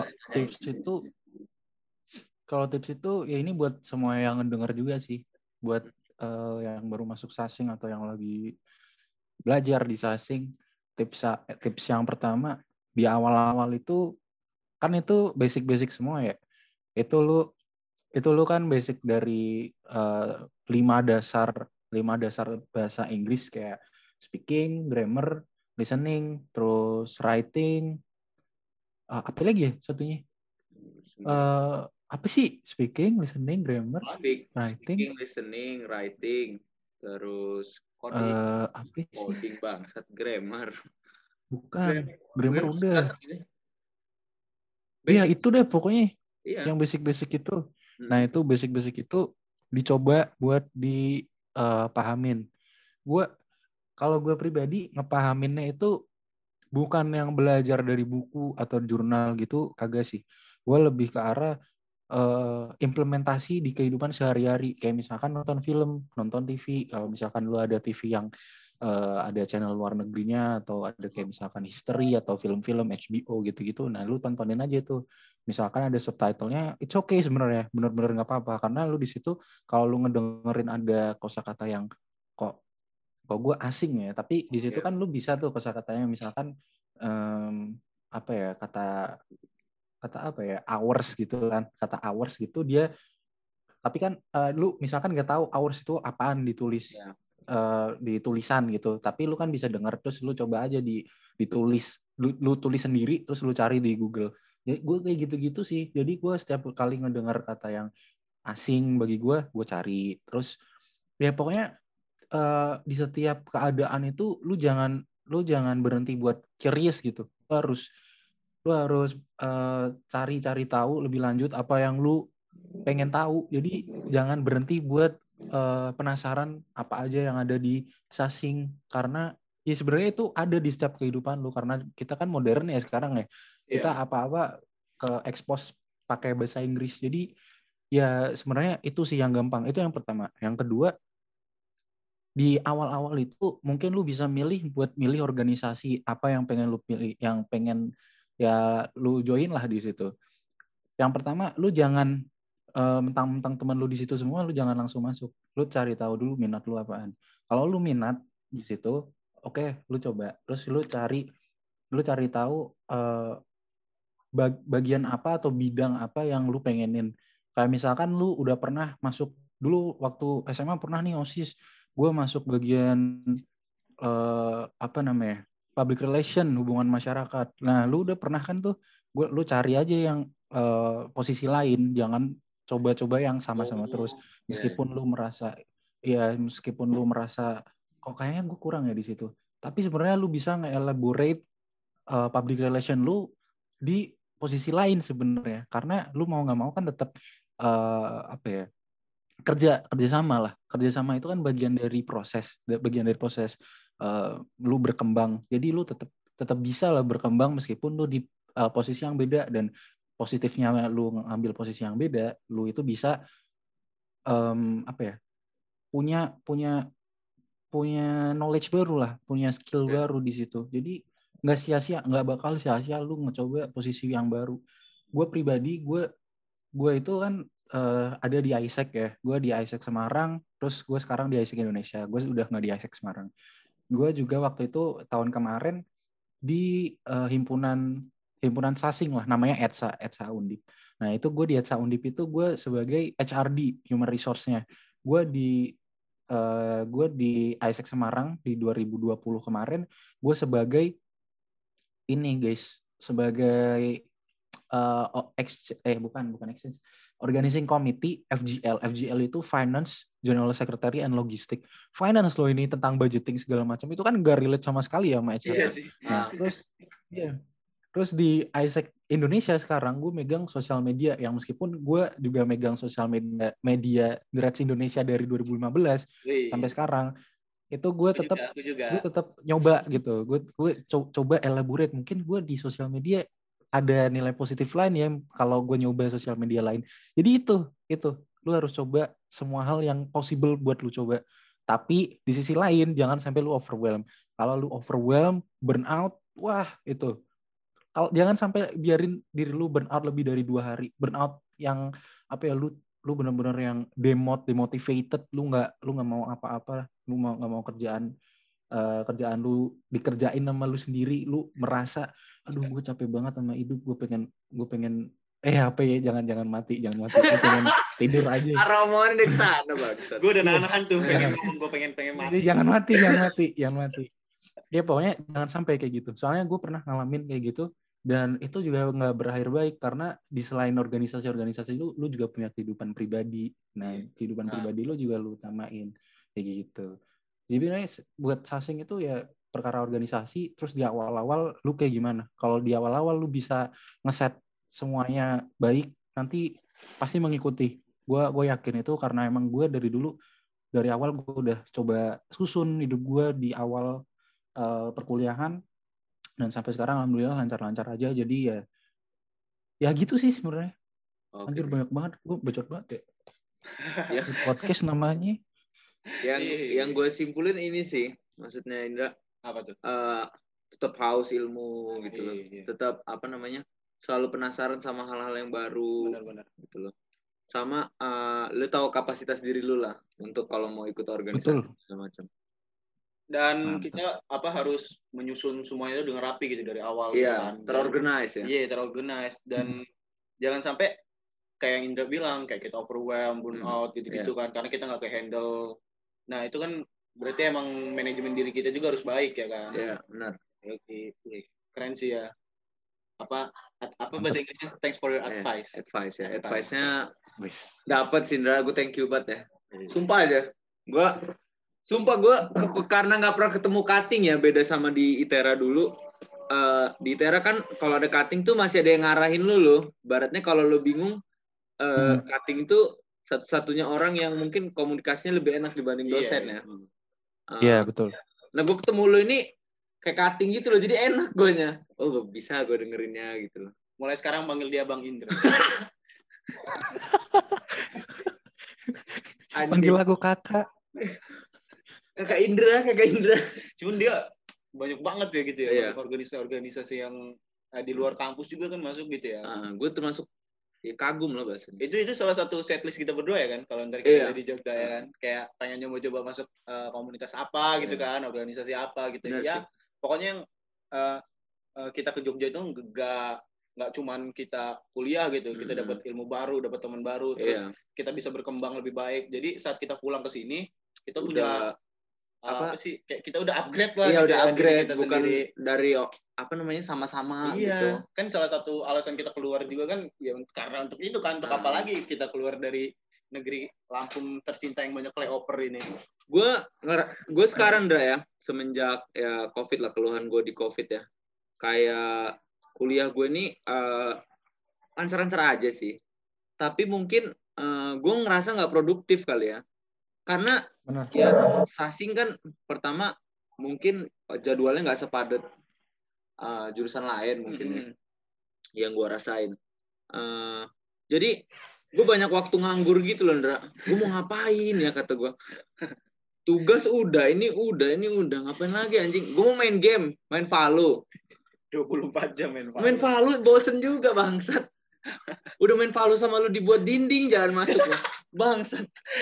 Kalau tips itu ya ini buat semua yang ngedenger juga sih. Buat yang baru masuk Sasing atau yang lagi belajar di Sasing. Tips yang pertama, di awal-awal itu kan itu basic semua ya. Itu lu kan basic dari 5 dasar bahasa Inggris kayak speaking, grammar, listening, terus writing, apa lagi ya satunya? Apa sih? Speaking, listening, grammar, writing, listening, writing, terus coding, apa sih? coding bangsat, grammar. Bukan, grammar udah. Iya Basic. itu deh pokoknya. Iya. Yang basic itu. Nah itu basic itu dicoba buat dipahamin. Kalau gue pribadi ngepahaminnya itu bukan yang belajar dari buku atau jurnal gitu, kagak sih. Gue lebih ke arah implementasi di kehidupan sehari-hari. Kayak misalkan nonton film, nonton TV. Kalau misalkan lu ada TV yang ada channel luar negerinya, atau ada kayak misalkan history atau film-film HBO gitu-gitu, nah lu tontonin aja tuh. Misalkan ada subtitlenya, it's okay sebenarnya, bener-bener nggak apa-apa. Karena lu di situ kalau lu ngedengerin ada kosakata yang kok gue asing ya, tapi di situ kan lu bisa tuh kosakatanya, misalkan apa ya, kata apa ya, hours gitu kan, kata hours gitu dia, tapi kan lu misalkan nggak tahu hours itu apaan ditulis di tulisan gitu, tapi lu kan bisa dengar, terus lu coba aja ditulis, lu tulis sendiri, terus lu cari di Google. Jadi gue kayak gitu-gitu sih. Jadi gue setiap kali ngedengar kata yang asing bagi gue cari. Terus ya pokoknya di setiap keadaan itu lu jangan berhenti buat curious gitu. Lu harus cari tahu lebih lanjut apa yang lu pengen tahu. Jadi jangan berhenti buat penasaran apa aja yang ada di sasing, karena ya sebenarnya itu ada di setiap kehidupan lu, karena kita kan modern ya sekarang ya. Kita apa-apa ke expose pakai bahasa Inggris. Jadi ya sebenarnya itu sih yang gampang. Itu yang pertama. Yang kedua, di awal-awal itu mungkin lu bisa milih organisasi apa yang pengen lu pilih, yang pengen ya lu join lah di situ. Yang pertama, lu jangan mentang-mentang teman lu di situ semua, lu jangan langsung masuk. Lu cari tahu dulu minat lu apaan. Kalau lu minat di situ, oke, lu coba. Terus lu cari tahu bagian apa atau bidang apa yang lu pengenin. Kayak misalkan lu udah pernah masuk dulu waktu SMA, pernah nih OSIS, gue masuk bagian apa namanya, public relation, hubungan masyarakat. Nah lu udah pernah kan tuh, lu cari aja yang posisi lain, jangan coba-coba yang sama-sama terus. Meskipun lu merasa kok kayaknya gue kurang ya di situ, tapi sebenarnya lu bisa nge-elaborate public relation lu di posisi lain sebenarnya, karena lu mau nggak mau kan tetap apa ya, kerjasama itu kan bagian dari proses lu berkembang. Jadi lu tetap bisa lah berkembang meskipun lu di posisi yang beda, dan positifnya lu ngambil posisi yang beda, lu itu bisa apa ya, punya knowledge baru lah, punya skill baru di situ. Jadi nggak bakal sia-sia lu ngecoba posisi yang baru. Gue pribadi, gue itu kan ada di ISEC ya. Gue di ISEC Semarang, terus gue sekarang di ISEC Indonesia. Gue udah nggak di ISEC Semarang. Gue juga waktu itu tahun kemarin di himpunan sasing lah, namanya ETSA Undip. Nah itu gue di ETSA Undip itu gue sebagai HRD, human resource-nya. Gue di ISEC Semarang di 2020 kemarin, gue sebagai ini guys, sebagai bukan exchange, organizing committee, FGL. FGL itu Finance, General Secretary and Logistic. Finance loh ini, tentang budgeting segala macam. Itu kan gak relate sama sekali ya sama HR. Iya sih. Nah, terus di ISEC Indonesia sekarang gue megang sosial media, yang meskipun gue juga megang sosial media Grats Indonesia dari 2015 sampai sekarang, itu gue tetap nyoba gitu. Gue coba elaborate, mungkin gue di sosial media ada nilai positif lain ya kalau gue nyoba sosial media lain. Jadi itu lu harus coba semua hal yang possible buat lu coba. Tapi di sisi lain jangan sampai lu overwhelm. Kalau lu overwhelm, burnout, wah itu. Kalau jangan sampai biarin diri lu burnout lebih dari 2 hari. Burnout yang apa ya, lu benar-benar yang demotivated, lu nggak mau apa-apa, lu nggak mau kerjaan kerjaan lu dikerjain sama lu sendiri, lu merasa aduh gue capek banget sama hidup, gue pengen apa ya, jangan mati, gue pengen tidur aja. Aromanya dari sana bangsat. Gue udah nahan tuh pengen ngomong, gue pengen mati. Jangan mati. Ya pokoknya jangan sampai kayak gitu. Soalnya gue pernah ngalamin kayak gitu dan itu juga nggak berakhir baik karena di selain organisasi lu juga punya kehidupan pribadi. Nah kehidupan pribadi lu juga lu utamain kayak gitu. Jadi buat sasing itu ya perkara organisasi. Terus di awal-awal lu kayak gimana? Kalau di awal-awal lu bisa ngeset semuanya baik, nanti pasti mengikuti. Gue yakin itu karena emang gue dari awal gue udah coba susun hidup gue di awal perkuliahan dan sampai sekarang alhamdulillah lancar-lancar aja. Jadi ya gitu sih sebenarnya. Anjir banyak banget, gue bacot banget ya. Podcast namanya. Yang gue simpulin ini sih, maksudnya Indra, apa tuh? Tetap haus ilmu gitu loh. Tetap selalu penasaran sama hal-hal yang baru. Benar-benar gitu loh. Sama lu tahu kapasitas diri lu lah untuk kalau mau ikut organisasi segala macam. Dan kita harus menyusun semuanya itu dengan rapi gitu dari awal. Iya, terorganize ya. Iya, terorganize dan jangan sampai kayak yang Indra bilang kayak kita overwhelm, burnout gitu-gitu kan, karena kita nggak ke-handle. Nah, itu kan berarti emang manajemen diri kita juga harus baik ya kan. Iya, benar. Oke. Keren sih ya. Apa bahasa Inggrisnya? Thanks for your advice. Advice ya. Advice-nya dapat sih Indra, gue thank you banget ya. Sumpah aja. Gue karena nggak pernah ketemu cutting ya, beda sama di ITERA dulu. Di ITERA kan kalau ada cutting tuh masih ada yang ngarahin lu loh. Baratnya kalau lu bingung, cutting itu satu-satunya orang yang mungkin komunikasinya lebih enak dibanding dosen ya. Iya, betul. Nah, gue ketemu lu ini kayak cutting gitu loh, jadi enak gue-nya. Oh, bisa gue dengerinnya gitu loh. Mulai sekarang panggil dia Bang Indra. Panggil aku kakak. Kakak Indra. Cuman dia banyak banget ya gitu ya. Iya. Masuk organisasi yang di luar kampus juga kan masuk gitu ya. Gue termasuk kagum lah bahasanya. Itu salah satu setlist kita berdua ya kan, kalau ntar kita di Jogja ya kan, kayak pengen coba masuk komunitas apa gitu kan, organisasi apa gitu. Benar ya sih. pokoknya yang kita ke Jogja itu nggak cuman kita kuliah gitu, kita dapat ilmu baru, dapat teman baru, terus kita bisa berkembang lebih baik. Jadi saat kita pulang ke sini kita punya apa sih, kayak kita udah upgrade lah. Iya, gitu udah upgrade, kita bukan sendiri. dari sama-sama gitu. Kan salah satu alasan kita keluar juga kan ya karena untuk itu kan, untuk apa lagi kita keluar dari negeri Lampung tercinta yang banyak layover ini. Gue sekarang Dra ya, semenjak ya COVID lah, keluhan gue di COVID ya, kayak kuliah gue ini lancar-lancar aja sih, tapi mungkin gue ngerasa nggak produktif kali ya, karena ya sasing kan pertama mungkin jadwalnya nggak sepadat jurusan lain mungkin yang gue rasain. Jadi gue banyak waktu nganggur gitu loh, Ndra. Gue mau ngapain ya, kata gue. Tugas udah, ini udah, ngapain lagi anjing? Gue mau main game, main Valo. 24 jam main Valo. Main Valo bosen juga bangsat. Udah main Valo sama lu dibuat dinding, jangan masuk loh. Bangsat.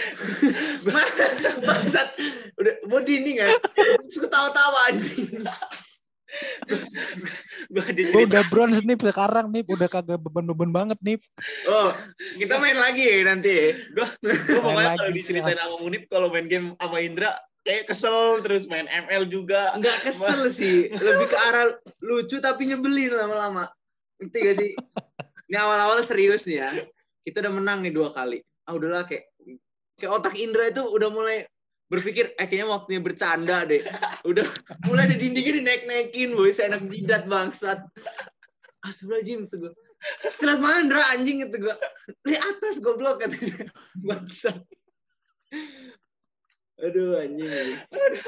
Bangsat. Udah buat dinding kan. Terus ketawa-tawa anjing. Gue udah bronze nih sekarang nih, udah kagak beban-beban banget nih. Oh, kita main lagi ya nanti. Gue pokoknya kalau diceritain sama Munib kalau main game sama Indra kayak kesel, terus main ML juga. Nggak kesel sih, lebih ke arah lucu tapi nyebelin lama-lama. Ngerti gak sih? Ini awal-awal serius nih ya. Kita udah menang nih 2 kali. Udahlah, kayak otak Indra itu udah mulai berpikir kayaknya waktunya bercanda deh. Udah mulai di dindingnya dinaik-naikin, boy, enak jidat bangsat. Astagfirullahaladzim gitu gue. Kelihatan mana Indra anjing gitu gue. Di atas goblok katanya. Bangsat. Aduh anjing.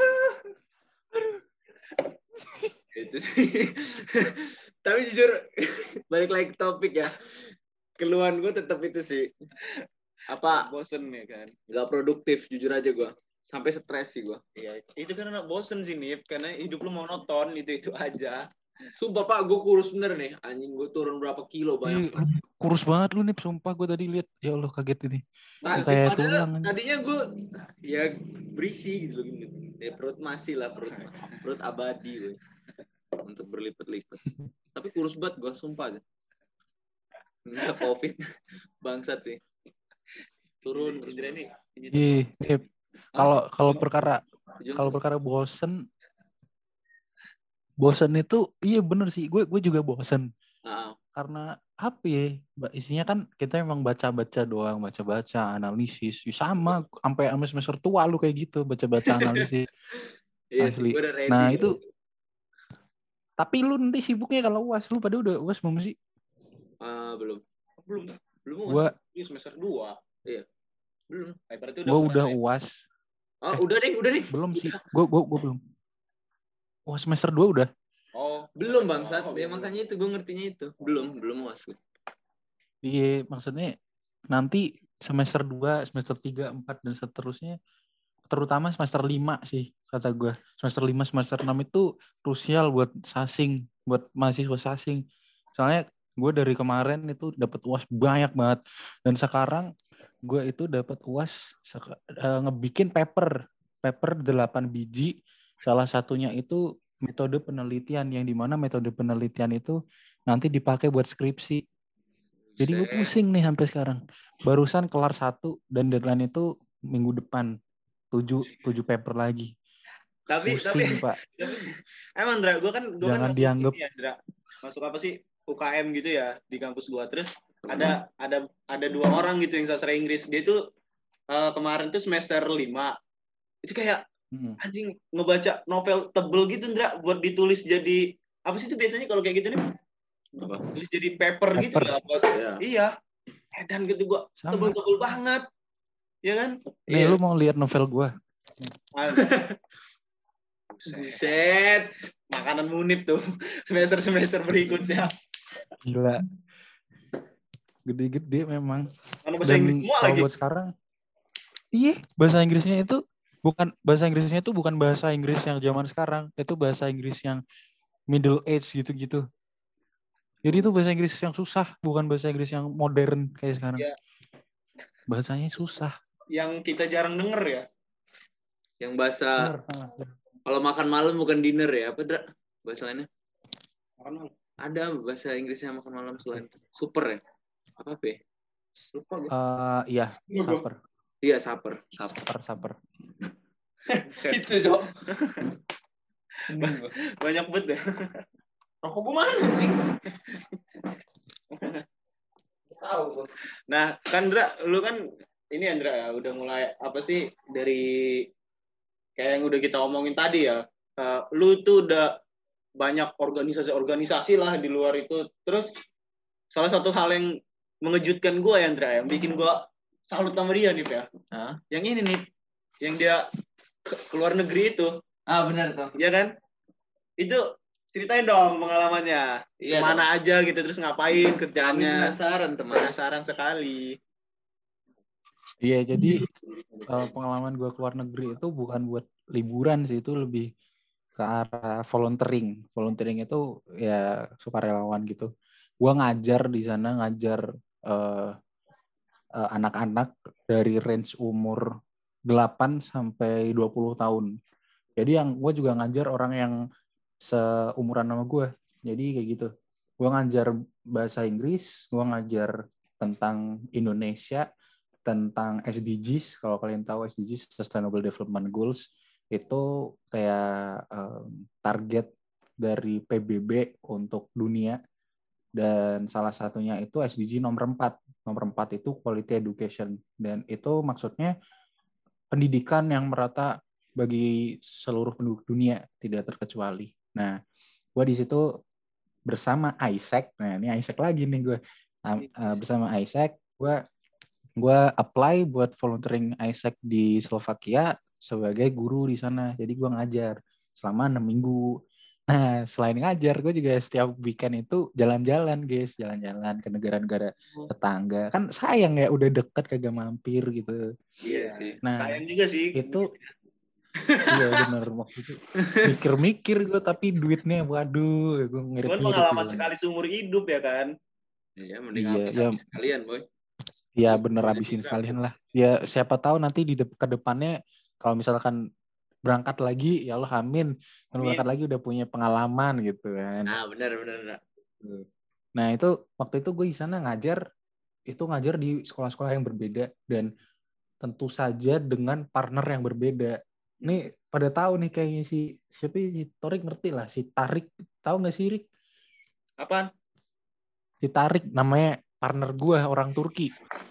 Itu sih. Tapi jujur balik lagi ke topik ya. Keluhan gue tetap itu sih. Apa? Bosen ya kan. Gak produktif, jujur aja gue. Sampai stres sih gue. Iya, itu karena bosen sih Nip, karena hidup lu monoton itu aja. Sumpah Pak, gue kurus bener nih. Anjing gue turun berapa kilo banyak. Lu kurus banget lu nih, sumpah gue tadi lihat. Ya Allah kaget ini. Nah, Kayak padahal tulang. tadinya gue ya berisi gitu loh. Ya perut masih lah, perut abadi gue. Untuk berlipat-lipat. Tapi kurus banget gue, sumpah aja. Enggak COVID. Bangsat sih. Turun terus. Indra ini. Iya, kalau perkara bosen itu iya bener sih. Gue juga bosen. Karena apa ya? Isinya kan kita emang baca-baca doang, baca-baca, analisis. Ya sama sampai semester tua lu kayak gitu, baca-baca analisis. Iya Asli. sih, gue udah ready. Nah, itu tapi lu nanti sibuknya kalau UAS, lu pada udah UAS belum sih? Belum. Gua semester 2. Iya. Belum. Berarti Gua udah UAS. Udah deh. Belum sih. Gua belum. UAS semester 2 udah. Oh, belum bangsat. Ya makanya itu gue ngertinya itu. Belum UAS. Iya, maksudnya nanti semester 2, semester 3, 4 dan seterusnya, terutama semester 5 sih kata gue. Semester 5, semester 6 itu krusial buat sasing, buat mahasiswa sasing. Soalnya gue dari kemarin itu dapat UAS banyak banget, dan sekarang gue itu dapat UAS ngebikin paper 8 biji. Salah satunya itu metode penelitian, yang dimana metode penelitian itu nanti dipakai buat skripsi. Jadi gue pusing nih sampai sekarang. Barusan kelar 1 dan deadline itu minggu depan. 7 paper lagi. Tapi Pak. Emang Dra, gue kan jangan dianggap ini ya, Dra. Masuk apa sih UKM gitu ya di kampus gue. Terus ada 2 orang gitu yang sastra Inggris. Dia tuh kemarin tuh semester 5. Itu kayak anjing ngebaca novel tebel gitu, Dra, buat ditulis jadi apa sih itu biasanya kalau kayak gitu nih? Apa? Tulis jadi paper gitu ya. Iya. Dan gitu gua tebel-tebel banget. Ya kan? Nih lu mau lihat novel gua? Buset. Makanan Munib tuh. Semester berikutnya. Gila. Gede-gede memang. Bahasa Inggris semua lagi. Buat sekarang. Iya, bahasa Inggrisnya itu bukan bahasa Inggris yang zaman sekarang. Itu bahasa Inggris yang middle age gitu-gitu. Jadi itu bahasa Inggris yang susah, bukan bahasa Inggris yang modern kayak sekarang. Ya. Bahasanya susah. Yang kita jarang denger ya. Yang bahasa kalau makan malam bukan dinner ya, apa Dra? Bahasa lainnya? Makan malam. Ada bahasa Inggrisnya makan malam selain super ya? Apa ya? Lupa gue. Iya, supper. Iya, supper. Itu, Jok. Banyak banget ya. Rokok gue mana anjing? Tahu gue. Nah, kan Dra, lu kan ini Andra ya, udah mulai apa sih dari kayak yang udah kita omongin tadi ya. Lu tuh udah banyak organisasi lah di luar itu. Terus salah satu hal yang mengejutkan gue ya Andra, yang bikin gue salut sama dia nih ya. Yang ini nih, yang dia keluar negeri itu. Benar tuh. Iya kan? Itu ceritain dong pengalamannya. Iya, kemana aja gitu, terus ngapain kerjaannya. Penasaran sekali. Iya, jadi pengalaman gue keluar negeri itu bukan buat liburan sih, itu lebih ke arah volunteering. Volunteering itu ya sukarelawan gitu. Gue ngajar di sana, anak-anak dari range umur 8 sampai 20 tahun. Jadi gue juga ngajar orang yang seumuran sama gue. Jadi kayak gitu. Gue ngajar bahasa Inggris, gue ngajar tentang Indonesia, tentang SDGs. Kalau kalian tahu SDGs, Sustainable Development Goals, itu kayak target dari PBB untuk dunia. Dan salah satunya itu SDG nomor 4. Nomor 4 itu Quality Education. Dan itu maksudnya pendidikan yang merata bagi seluruh penduduk dunia, tidak terkecuali. Nah, gue di situ bersama Isaac. Nah, ini Isaac lagi nih gue. Bersama Isaac, gue apply buat volunteering Isaac di Slovakia sebagai guru di sana. Jadi gue ngajar selama 6 minggu. Nah, selain ngajar, gue juga setiap weekend itu jalan-jalan, guys. Jalan-jalan ke negara-negara tetangga. Kan sayang ya, udah deket kagak mampir gitu. Iya sih. Nah, sayang juga sih. Itu Iya benar waktu itu mikir-mikir gue tapi duitnya waduh gue Cuman ngirit-ngirit pengalaman gitu. sekali seumur hidup ya kan. Iya, mending Iya, habis sekalian, boy. ya Duit bener aja habisin juga. sekalian lah. Ya siapa tahu nanti ke depannya kalau misalkan berangkat lagi ya Allah amin. Kalau Amin. berangkat lagi udah punya pengalaman gitu kan. Nah, benar. Nah itu waktu itu gue di sana ngajar di sekolah-sekolah yang berbeda dan tentu saja dengan partner yang berbeda. Nih pada tahu nih kayaknya si Torik ngerti lah si Tarik, tahu nggak sih Rik? Apaan? Si Tarik namanya partner gue orang Turki.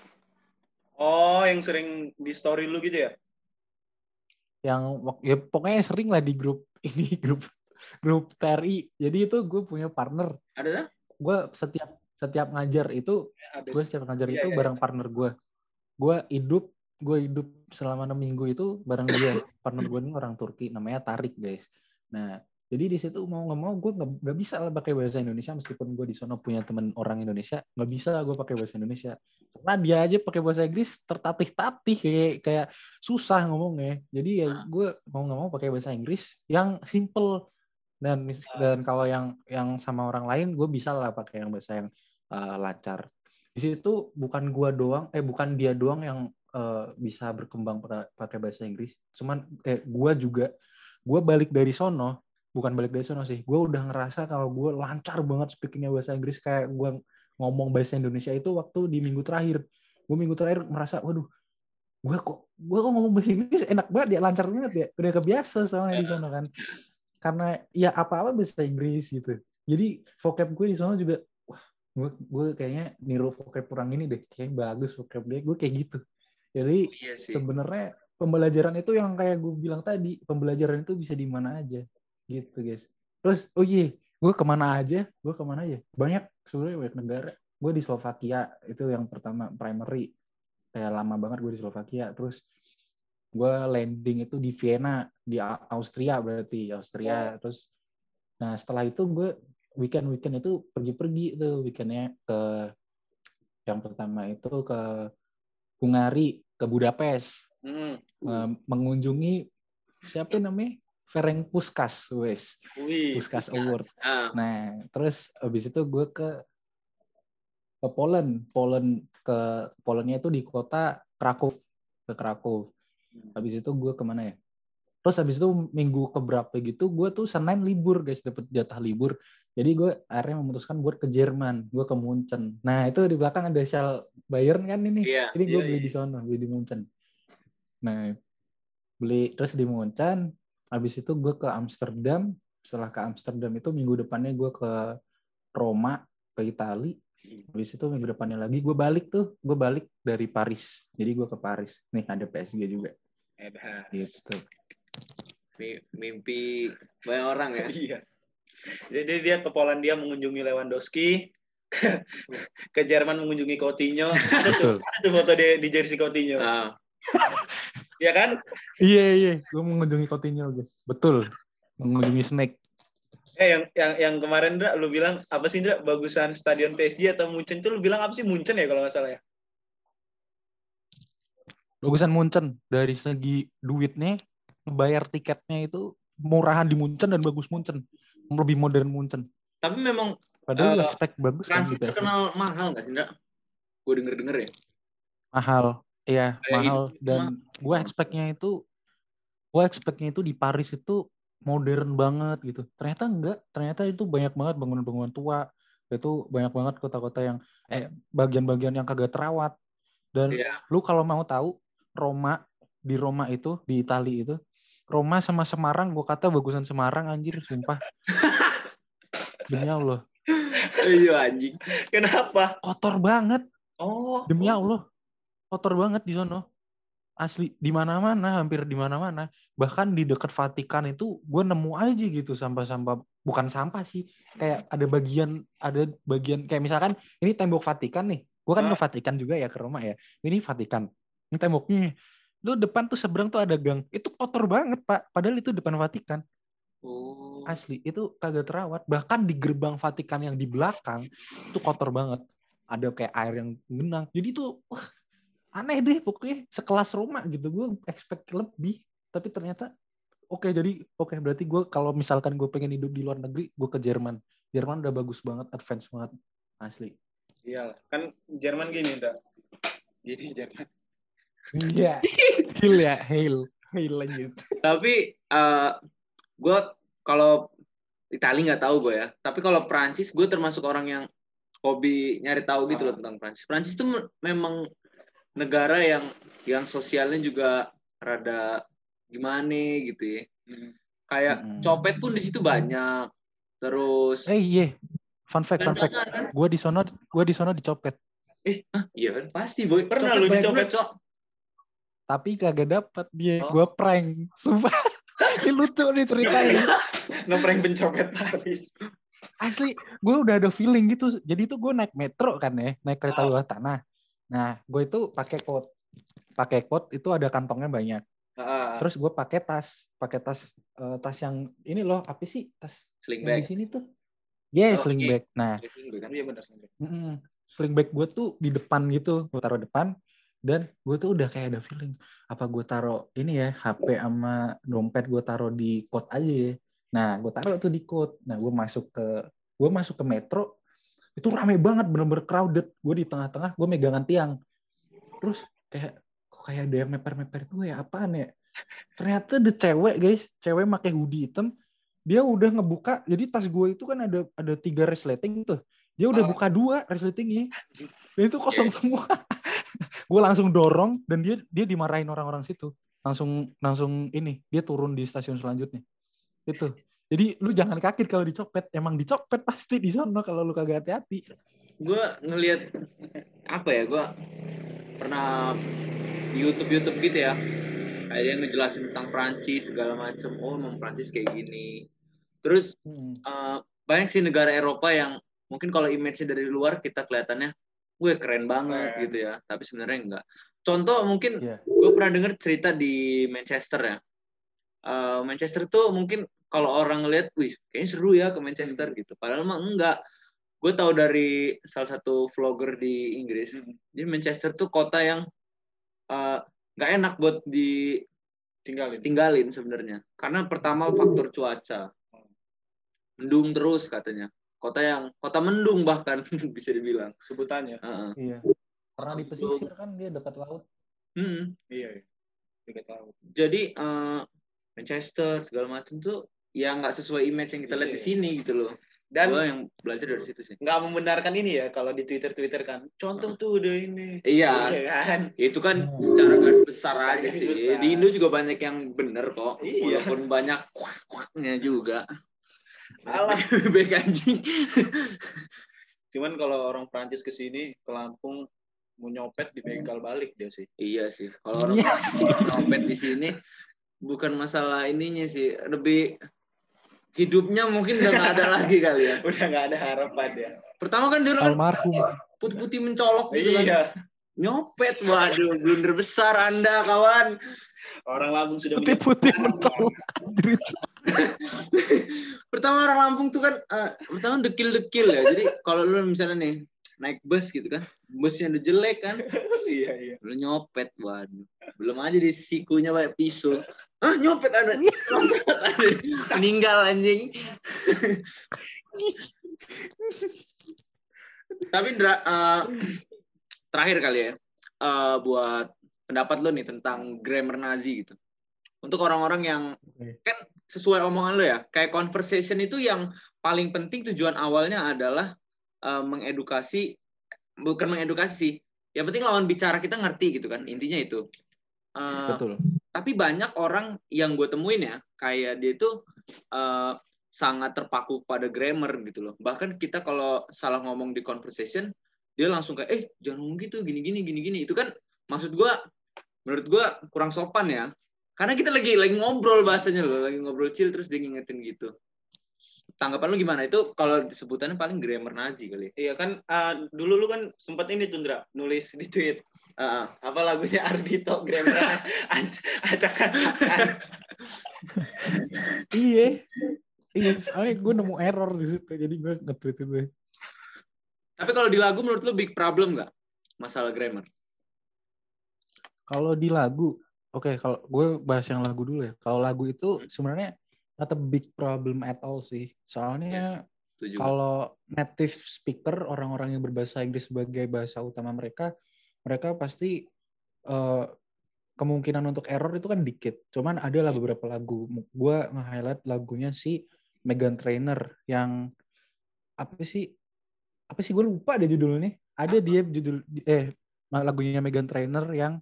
Oh, yang sering di story lu gitu ya? Yang ya pokoknya sering lah di grup ini grup TRI. Jadi itu gue punya partner. Ada? Gue setiap ngajar itu Iya. bareng partner gue. Gue hidup selama 6 minggu itu bareng dia. Partner gue ini orang Turki namanya Tarik guys. Nah jadi di situ mau nggak mau gue nggak bisa lah pakai bahasa Indonesia meskipun gue di sana punya teman orang Indonesia nggak bisa gue pakai bahasa Indonesia karena dia aja pakai bahasa Inggris tertatih-tatih kayak susah ngomongnya. Jadi ya gue mau nggak mau pakai bahasa Inggris yang simple dan kalau yang sama orang lain gue bisa lah pakai yang bahasa yang lancar. Di situ bukan dia doang yang bisa berkembang pakai bahasa Inggris. Cuman gue balik dari sono, bukan balik dari sono sih. Gue udah ngerasa kalau gue lancar banget speakingnya bahasa Inggris kayak gue ngomong bahasa Indonesia itu waktu di minggu terakhir. Gue minggu terakhir merasa, waduh, gue kok ngomong bahasa Inggris enak banget ya, lancar banget ya. Udah kebiasa soalnya di sono kan. Karena ya apa-apa bahasa Inggris gitu. Jadi vocab gue di sono juga, wah, gue kayaknya niru vocab orang ini deh. Kayaknya bagus vocab dia. Gue kayak gitu. Jadi sebenarnya pembelajaran itu yang kayak gue bilang tadi, pembelajaran itu bisa di mana aja, gitu guys. Terus, gue kemana aja? Banyak sebenarnya banyak negara. Gue di Slovakia itu yang pertama primary, kayak lama banget gue di Slovakia. Terus gue landing itu di Vienna di Austria berarti Austria. Terus, nah setelah itu gue weekend itu pergi-pergi tuh weekendnya ke yang pertama itu ke Hungari, ke Budapest, mengunjungi siapa namanya Ferenc Puskás, Puskás Award. Nah, terus abis itu gue ke Polandnya itu di kota Krakow, ke Krakow. Habis itu gue kemana ya? Terus habis itu minggu keberapa gitu, gue tuh Senin libur guys, dapet jatah libur. Jadi gue akhirnya memutuskan buat ke Jerman, gue ke Munchen. Nah itu di belakang ada Shell Bayern kan ini. Ini gue beli di sono, beli di Munchen. Nah beli terus di Munchen. Habis itu gue ke Amsterdam. Setelah ke Amsterdam itu minggu depannya gue ke Roma, ke Italia. Habis itu minggu depannya lagi gue balik dari Paris. Jadi gue ke Paris. Nih ada PSG juga. Gitu. Mimpi banyak orang ya. Iya. Jadi dia ke Polandia mengunjungi Lewandowski, ke Jerman mengunjungi Coutinho. Ada tuh foto di jersey Coutinho. Iya kan? Iya. Gue mengunjungi Coutinho guys. Betul. Mengunjungi Snake. Yang kemarin Ndra, lu bilang apa sih Ndra? Bagusan stadion PSG atau Munchen itu lu bilang apa sih? Munchen ya kalau nggak salah ya? Bagusan Munchen dari segi duitnya, bayar tiketnya itu murahan di Munchen dan bagus Munchen, lebih modern Munchen. Tapi memang padahal spek bagus kan di PSG. Terkenal mahal nggak sih Ndra? Gue denger ya. Mahal, iya mahal. Dan gue expect-nya itu di Paris itu modern banget gitu. Ternyata enggak, ternyata itu banyak banget bangunan-bangunan tua. Itu banyak banget kota-kota yang bagian-bagian yang kagak terawat. Dan lu kalau mau tahu di Roma itu, di Italia itu, Roma sama Semarang, gue kata bagusan Semarang anjir, sumpah. Demi Allah. Iya anjing. Kenapa? Kotor banget. Demi Oh. Allah. Kotor banget di sono. Asli, di mana-mana, hampir di mana-mana. Bahkan di dekat Vatikan itu gue nemu aja gitu sampah-sampah, bukan sampah sih, kayak ada bagian kayak misalkan ini tembok Vatikan nih. Gue kan ke Vatikan juga ya, ke Roma ya. Ini Vatikan. Ini temboknya. Lu depan tuh seberang tuh ada gang. Itu kotor banget, Pak. Padahal itu depan Vatikan. Asli, itu kagak terawat. Bahkan di gerbang Vatikan yang di belakang itu kotor banget. Ada kayak air yang genang. Jadi tuh aneh deh pokoknya, sekelas Roma gitu. Gue expect lebih, tapi ternyata Oke, berarti gue kalau misalkan gue pengen hidup di luar negeri, gue ke Jerman. Jerman udah bagus banget, advance banget, asli. Iya, kan Jerman gini, Ndra. Gini Jerman. Iya, hail lanjut. Tapi gue kalau Italia nggak tahu gue ya. Tapi kalau Prancis, gue termasuk orang yang hobi nyari tahu gitu loh tentang Prancis. Prancis itu memang negara yang sosialnya juga rada gimana gitu ya. Kayak copet pun di situ banyak. Terus Iya. Fun fact. kan? Gue di sono dicopet. Iya kan? Pasti boy. Pernah lu dicopet, Cok. Tapi kagak dapat dia. Gue prank. Sumpah. Ini lucu nih ceritanya. Ngeprank pencopet Paris. Asli, gue udah ada feeling gitu. Jadi tuh gue naik metro kan ya, naik kereta bawah tanah. Nah, gue itu pakai coat itu ada kantongnya banyak. Terus gue pakai tas yang ini loh, apa sih tas Sling yang bag. di sini tuh? Sling bag. Nah, Iya benar sling bag. Sling bag gue tuh di depan gitu, gue taruh depan. Dan gue tuh udah kayak ada feeling, apa gue taruh ini ya, HP sama dompet gue taruh di coat aja ya. Nah, gue taruh tuh di coat. Nah, gue masuk ke metro, itu rame banget, bener-bener crowded. Gue di tengah-tengah, gue megangan tiang. Terus kok kayak ada yang meper-meper gue ya, apaan ya? Ternyata ada cewek guys, cewek pakai hoodie hitam. Dia udah ngebuka, jadi tas gue itu kan ada 3 resleting tuh. Dia udah buka 2 resletingnya. Dan itu kosong semua. Gue langsung dorong dan dia dimarahin orang-orang situ. Langsung ini, dia turun di stasiun selanjutnya. Itu. Jadi lu jangan kaget kalau dicopet. Emang dicopet pasti di sana kalau lu kagak hati-hati. Gue ngelihat apa ya? Gue pernah di YouTube gitu ya. Kayak dia ngejelasin tentang Prancis segala macam. Oh, emang Prancis kayak gini. Terus banyak sih negara Eropa yang mungkin kalau image-nya dari luar kita kelihatannya, keren banget gitu ya. Tapi sebenarnya enggak. Contoh mungkin gue pernah dengar cerita di Manchester ya. Manchester tuh mungkin kalau orang ngeliat, kayaknya seru ya ke Manchester gitu. Padahal emang enggak. Gue tahu dari salah satu vlogger di Inggris. Jadi Manchester tuh kota yang nggak enak buat ditinggalin sebenarnya. Karena pertama faktor cuaca. Mendung terus katanya. Kota mendung bahkan bisa dibilang Sebutannya. Iya. Karena di pesisir kan dia dekat laut. Iya. Dekat laut. Jadi Manchester segala macam tuh ya nggak sesuai image yang kita lihat di sini gitu loh. Dan gue yang belajar dari situ sih. Nggak membenarkan ini ya kalau di Twitter kan. Contoh tuh udah ini. Iya kan. Itu kan secara garis besar aja sih. Besar. Di Indo juga banyak yang bener kok. Iya. Walaupun banyak kuak-kuaknya juga. Alah. Baik anjing. Cuman kalau orang Prancis kesini ke Lampung mau nyopet dibegal balik dia sih. Iya sih. Kalau orang nyopet di sini bukan masalah ininya sih, lebih hidupnya mungkin udah nggak ada lagi kali ya. Udah nggak ada harapan ya. Pertama kan dia almarhum putih-putih mencolok gitu kan. Iya. Nyopet, waduh, blunder besar Anda kawan. Orang Lampung sudah putih-putih mencolok. Pertama orang Lampung tuh kan pertama dekil-dekil ya. Jadi kalau lu misalnya nih naik bus gitu kan, busnya udah jelek kan. Iya. Lu nyopet, waduh. Belum aja di sikunya kayak pisau. Nyopet ada. Meninggal anjing. Tapi terakhir kali ya, buat pendapat lo nih tentang grammar Nazi gitu. Untuk orang-orang yang kan sesuai omongan lo ya, kayak conversation itu yang paling penting tujuan awalnya adalah mengedukasi, bukan mengedukasi sih. Yang penting lawan bicara kita ngerti gitu kan, intinya itu. Betul. Tapi banyak orang yang gue temuin ya, kayak dia itu sangat terpaku pada grammar gitu loh. Bahkan kita kalau salah ngomong di conversation, dia langsung kayak, jangan ngomong gitu, gini-gini. Itu kan maksud gue, menurut gue kurang sopan ya. Karena kita lagi ngobrol bahasanya loh, lagi ngobrol chill terus dia ngingetin gitu. Tanggapan lu gimana? Itu kalau sebutannya paling grammar Nazi kali. Iya kan, dulu lu kan sempat ini tuh Ndra, nulis di tweet. Apa lagunya Ardhito, grammar acak-acakan. Iya, soalnya gue nemu error di situ, jadi gue nge-tweet itu. Tapi kalau di lagu menurut lu big problem nggak masalah grammar? Kalau di lagu, Oke, kalau gue bahas yang lagu dulu ya. Kalau lagu itu sebenarnya not a big problem at all sih. Soalnya Setuju. kalau native speaker, orang-orang yang berbahasa Inggris sebagai bahasa utama mereka pasti kemungkinan untuk error itu kan dikit. Cuman ada lah beberapa lagu. Gue nge-highlight lagunya si Meghan Trainor yang apa sih gue lupa deh judulnya. Ada dia lagunya Meghan Trainor yang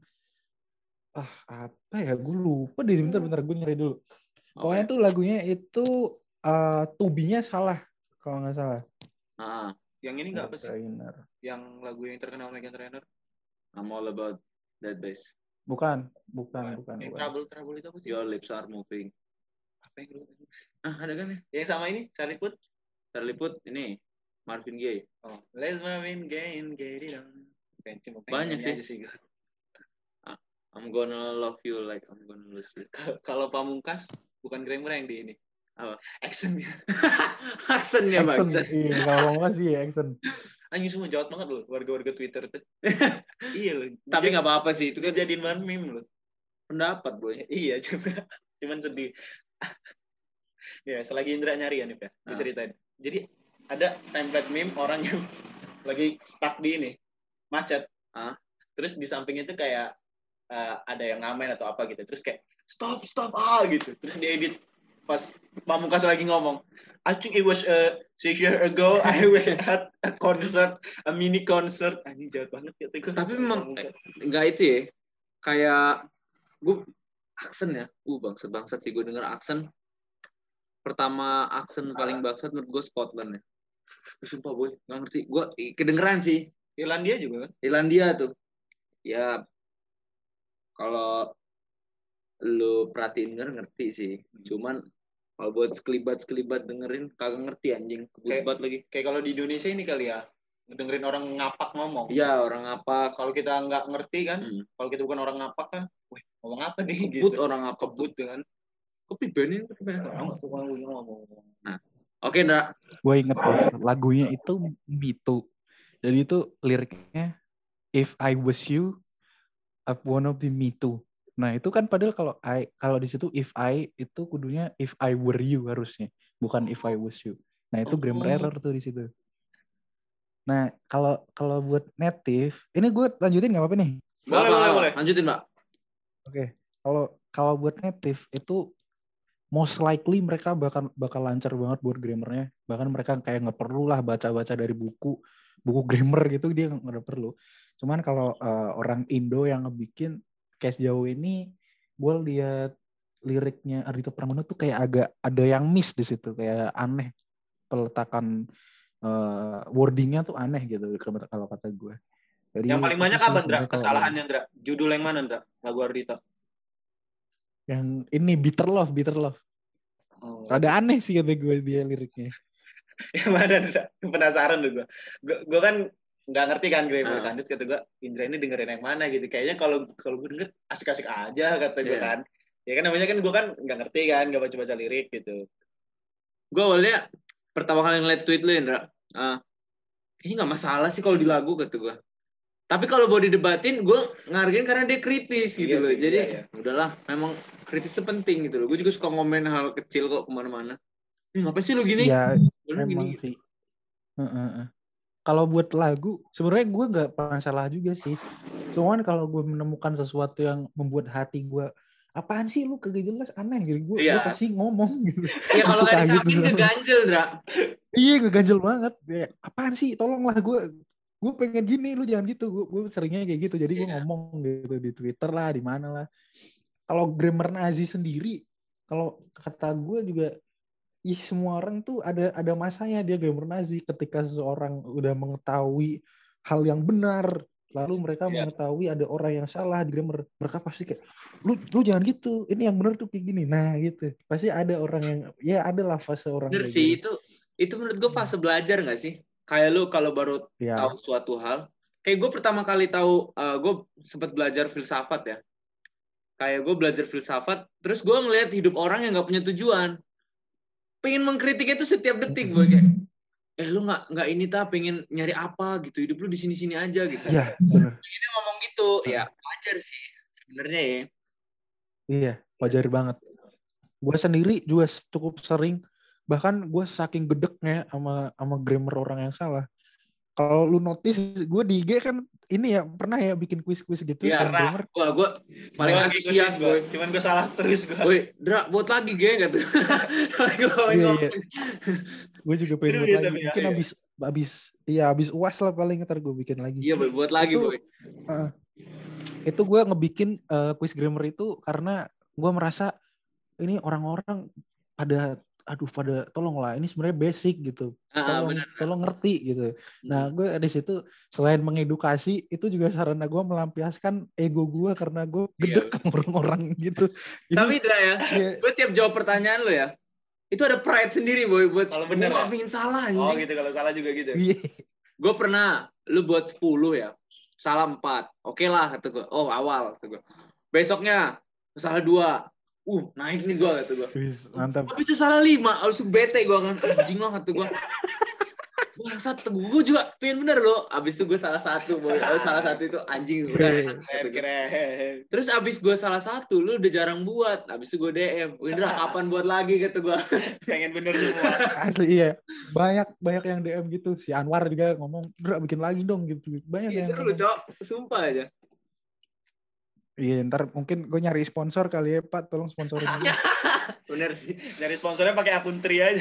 apa ya, gue lupa deh, bentar gue nyari dulu. Pokoknya tuh lagunya itu tubinya salah kalau nggak salah. Yang ini nggak apa sih? Trainer. Yang lagu yang terkenal Meghan Trainor? I'm all about that bass. Bukan. Trouble itu apa sih? Your lips are moving. Apa yang lu? Ada kan ya? Yang sama ini, Charlie Puth ini Marvin Gaye. Oh, let's Marvin Gaye and get it on. Banyak sih. I'm gonna love you like I'm gonna lose you. Kalau Pamungkas bukan grammar yang di ini. Apa? Accent-nya. Accent-nya Accent. Bang. Iya, kalau masih ya accent. Anjing semua jawab banget loh warga-warga Twitter tuh. Iya loh. Tapi nggak apa-apa sih, itu kan jadiin bahan meme loh. pendapat, boy. Iya, cuman sedih. Ya, selagi Indra nyari ya nih, Pak. Gue ceritain. Jadi ada template meme orang yang lagi stuck di ini, macet. Terus di samping itu kayak ada yang ngamen atau apa gitu. Terus kayak stop gitu. Terus diedit pas Pamungkas lagi ngomong. I think it was 6 years ago I had a concert, a mini concert. Anjing jahat banget ya tuh. Tapi memang enggak itu ya. Kayak gue aksen ya. Bangsat sih gue denger aksen. Pertama aksen paling bangsat menurut gue Scotland ya. Sumpah boy, nggak ngerti. Gue kedengeran sih. Irlandia juga kan? Irlandia tuh. Ya kalau lu perhatiin ngerti sih. Cuman kalau buat sekelibat dengerin kagak ngerti anjing. Kebut lagi. Kayak kalau di Indonesia ini kali ya. Dengerin orang ngapak ngomong. Iya, orang ngapak. Kalau kita nggak ngerti kan, kalau kita bukan orang ngapak kan, wih, ngomong apa nih? Kebut gitu. orang ngapak. Kebut dengan kopi benih. ngomong. Nah, oke, Ndra. Gue inget lagunya itu Me Too. Jadi itu liriknya If I was you, I wanna be me too. Nah itu kan padahal kalau di situ if I itu kudunya if I were you harusnya, bukan if I was you. Nah itu grammar error tuh di situ. Nah kalau buat native, ini gue lanjutin nggak apa-apa nih? Boleh. Lanjutin, Mbak. Oke. Kalau buat native itu most likely mereka bakal lancar banget buat grammarnya. Bahkan mereka kayak nggak perlu lah baca-baca dari buku grammar gitu, dia nggak perlu. Cuman kalau orang Indo yang ngebikin kayak sejauh ini, gue lihat liriknya Ardhito Pramono tuh kayak agak ada yang miss di situ, kayak aneh peletakan wordingnya tuh aneh gitu kalau kata gue. Jadi, yang paling banyak apa, Ndra? Kesalahannya, Ndra? Judul yang mana, Ndra? Lagu Ardhito? Yang ini Bitter Love. Oh. Rada aneh sih kata gue dia liriknya. Yang mana, Ndra? Penasaran tuh gue. Gue kan nggak ngerti kan grammar kanjut, kata gue Indra ini dengerin yang mana gitu, kayaknya kalau gue denger asik-asik aja kata gue kan, ya kan namanya kan gue kan nggak ngerti kan, nggak baca lirik gitu. Gue awalnya pertama kali ngeliat tweet lu Indra, kayaknya nggak masalah sih kalau di lagu kata gue, tapi kalau mau didebatin gue ngargain karena dia kritis gitu loh, jadi udahlah, memang kritis penting gitu loh. Gue juga suka ngomen hal kecil kok kemana-mana. Ngapa sih lu gini? Ya memang gini, sih. Kalau buat lagu, sebenarnya gue nggak pernah salah juga sih. Cuman kalau gue menemukan sesuatu yang membuat hati gue, apaan sih lu kagak jelas, aneh gitu, gue pasti ngomong gitu. Ya kalau nggak disapin gitu, ngeganjel, Dra. Iya ngeganjel banget. Ya, apaan sih, tolonglah gue pengen gini, lu jangan gitu. Gue seringnya kayak gitu, jadi gue ngomong gitu di Twitter lah, di mana lah. Kalau grammar Nazi sendiri, kalau kata gue juga, semua orang tuh ada masanya dia grammar Nazi. Ketika seseorang udah mengetahui hal yang benar, lalu mereka mengetahui ada orang yang salah di grammar, mereka pasti kayak lu jangan gitu, ini yang benar tuh kayak gini. Nah gitu, pasti ada orang yang adalah fase orang. Bener sih gitu. itu menurut gue fase belajar nggak sih? Kayak lu kalau baru tahu suatu hal, kayak gue pertama kali tahu, gue sempat belajar filsafat ya. Kayak gue belajar filsafat, terus gue ngelihat hidup orang yang nggak punya tujuan. Pengen mengkritik itu setiap detik gue kayak, lu nggak ini pengen nyari apa gitu, hidup lu di sini aja gitu. Iya benar. Ini ngomong gitu, ya wajar sih sebenarnya ya. Iya, wajar banget. Gue sendiri juga cukup sering, bahkan gue saking gedeknya sama grammar orang yang salah. Kalau lu notice, gue di IG kan ini ya pernah ya bikin kuis-kuis gitu Iya, yang grammar. Wah, gue paling Gua antusias, gua. boy. Cuman gue salah terus gue. Woi, Dra, buat lagi gue gitu. Iya. Gue juga pengen Seru buat ya, lagi. tapi ya, Mungkin iya. abis UAS lah paling ntar gue bikin lagi. Iya, boy, buat lagi, Itu boy. itu gue ngebikin kuis grammar itu karena gue merasa ini orang-orang pada tolonglah, ini sebenarnya basic gitu. Tolong ngerti gitu. Nah, gue di situ selain mengedukasi, itu juga sarana gue melampiaskan ego gue karena gue gedek sama orang-orang gitu. Jadi, tapi Dra ya, gue tiap jawab pertanyaan lo ya, itu ada pride sendiri, boy, buat kalau bener gue ya? gak pengen salah anjing. Oh gitu, kalau salah juga gitu. Iya. Gue pernah, lu buat 10 ya, salah 4. Oke lah, kata gue. Oh, awal, kata gue. Besoknya, salah 2. Naik nih gue, kata gue. Mantap. Tapi itu salah 5, harus bete gue kan. Anjing lah, kata gue. Bangsat, gue juga pengen bener loh. Abis itu gue salah 1, boy. Salah 1 itu anjing. Keren. Terus abis gue salah 1, lu udah jarang buat. Abis itu gue DM. Indra, kapan buat lagi, kata gue. Pengen bener semua. Asli iya. Banyak yang DM gitu. Si Anwar juga ngomong, Indra bikin lagi dong gitu. Banyak yang seru, Cok. Sumpah aja. Iya, ntar mungkin gue nyari sponsor kali ya, Pak. Tolong sponsorin aja. Bener sih. Nyari sponsornya pakai akun Tri aja.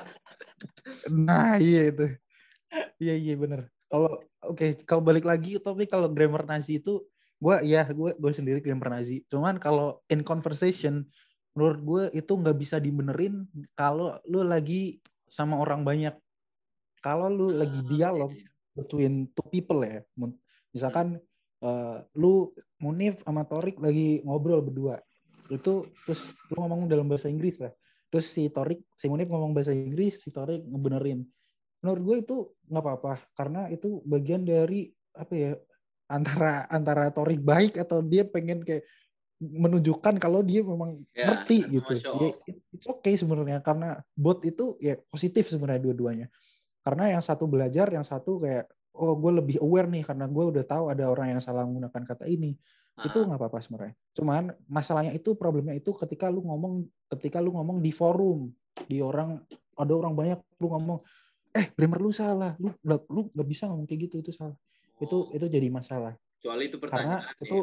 Nah, iya itu. Iya bener. Kalau balik lagi, tapi kalau grammar Nazi itu, gue sendiri grammar Nazi. Cuman kalau in conversation, menurut gue itu nggak bisa dibenerin kalau lu lagi sama orang banyak. Kalau lu lagi dialog between two people ya, misalkan lu Munif sama Torik lagi ngobrol berdua, itu terus lu ngomong dalam bahasa Inggris lah, terus si Munif ngomong bahasa Inggris, si Torik ngebenerin. Menurut gue itu nggak apa-apa karena itu bagian dari apa ya, antara Torik baik atau dia pengen kayak menunjukkan kalau dia memang ngerti gitu. Ya, it's okay sebenarnya karena bot itu ya positif sebenarnya dua-duanya. Karena yang satu belajar, yang satu kayak gue lebih aware nih karena gue udah tahu ada orang yang salah menggunakan kata ini. Itu nggak apa-apa sebenarnya. Cuman masalahnya itu, problemnya itu ketika lu ngomong di forum, ada orang banyak, lu ngomong grammar lu salah, lu nggak bisa ngomong kayak gitu, itu salah. Itu jadi masalah. Kecuali itu pertanyaan. Karena itu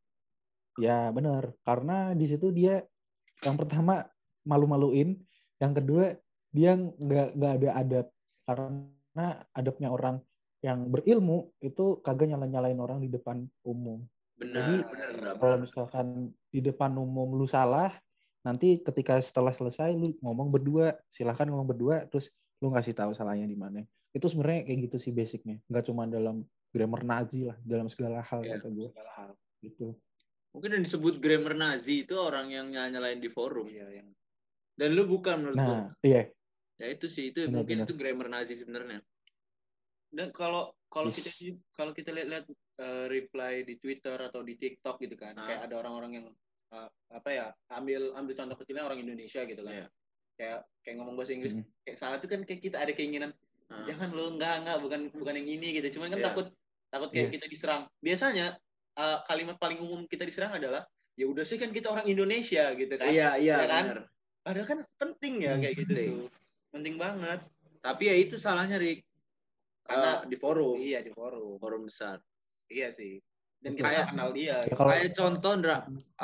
ya benar, karena di situ dia yang pertama malu-maluin, yang kedua dia nggak ada adab, karena adabnya orang yang berilmu itu kagak nyalain orang di depan umum. Jadi kalau misalkan di depan umum lu salah, nanti ketika setelah selesai lu ngomong berdua, silahkan ngomong berdua, terus lu ngasih tahu salahnya di mana. Itu sebenarnya kayak gitu sih basicnya, nggak cuma dalam grammar Nazi lah, dalam segala hal kata gue. Gitu. Mungkin yang disebut grammar Nazi itu orang yang nyalain di forum. Dan lu bukan menurut gue. Iya. Ya itu sih, itu benar, mungkin benar. Itu grammar Nazi sebenarnya. Dan kalau kita lihat reply di Twitter atau di TikTok gitu kan, kayak ada orang-orang yang ambil contoh kecilnya orang Indonesia gitu kan. Kayak ngomong bahasa Inggris kayak salah itu kan, kayak kita ada keinginan jangan lo enggak bukan yang ini gitu. Cuman kan takut kayak kita diserang. Biasanya kalimat paling umum kita diserang adalah ya udah sih kan kita orang Indonesia gitu kan. Iya kan? Bener. Padahal kan penting ya kayak gitu tuh. Penting banget. Tapi ya itu salahnya, Rik. Karena di forum. Iya, di forum. Forum besar. Iya sih. Dan kita kenal dia. Gitu. Kayak contoh, Ndra,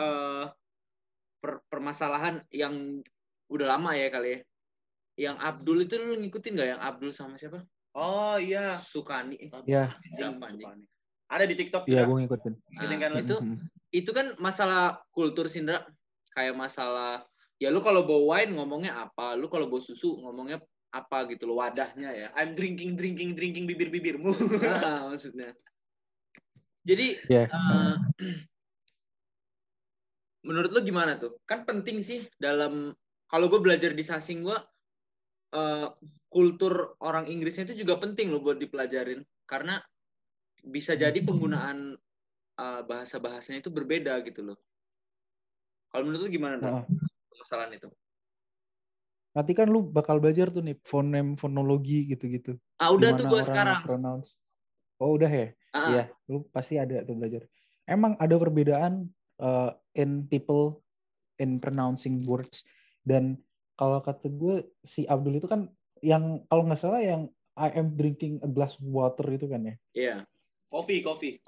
permasalahan yang udah lama ya kali ya. Yang Abdul itu lu ngikutin nggak? Yang Abdul sama siapa? Oh iya. Sukani. Iya. Ada di TikTok. Iya, gue ngikutin. Itu kan masalah kultur, Sindra. Kayak masalah, ya lu kalau bawa wine ngomongnya apa, lu kalau bawa susu ngomongnya apa gitu loh, wadahnya ya. I'm drinking bibir-bibirmu. Maksudnya. Jadi, menurut lu gimana tuh? Kan penting sih dalam, kalau gue belajar di Sasing gue, kultur orang Inggrisnya itu juga penting loh buat dipelajarin. Karena bisa jadi penggunaan bahasa-bahasanya itu berbeda gitu loh. Kalau menurut lu gimana tuh permasalahan itu? Nanti kan lu bakal belajar tuh nih fonologi gitu-gitu. Udah tuh gue sekarang. Pronounce. Oh udah ya? Iya, lu pasti ada tuh belajar. Emang ada perbedaan in people in pronouncing words. Dan kalau kata gue si Abdul itu kan yang kalau nggak salah yang I am drinking a glass of water itu kan ya. Iya. Kopi.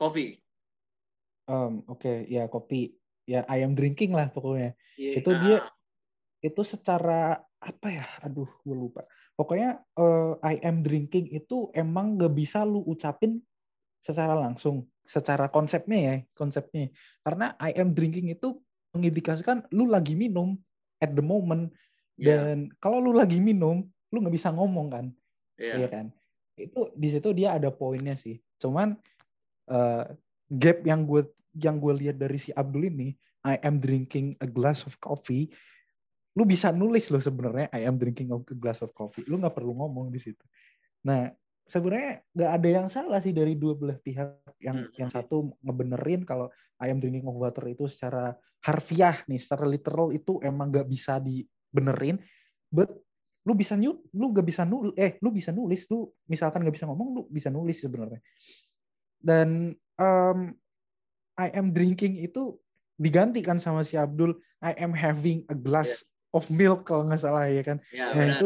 Oke, ya kopi. Ya I am drinking lah pokoknya. Iya. Itu dia itu secara apa ya? Aduh, gue lupa. Pokoknya I am drinking itu emang gak bisa lu ucapin secara langsung, secara konsepnya. Karena I am drinking itu mengindikasikan lu lagi minum at the moment. Dan kalau lu lagi minum, lu nggak bisa ngomong kan? Iya kan? Itu di situ dia ada poinnya sih. Cuman gap yang gue lihat dari si Abdul ini, I am drinking a glass of coffee. Lu bisa nulis lo sebenarnya I am drinking a glass of coffee. Lu nggak perlu ngomong di situ. Nah, sebenarnya nggak ada yang salah sih dari dua belah pihak. Yang satu ngebenerin kalau I am drinking of water itu secara harfiah nih, secara literal itu emang nggak bisa dibenerin. But lu bisa nulis, lu misalkan nggak bisa ngomong, lu bisa nulis sebenarnya. Dan I am drinking itu digantikan sama si Abdul I am having a glass of milk kalau nggak salah ya kan. Benar.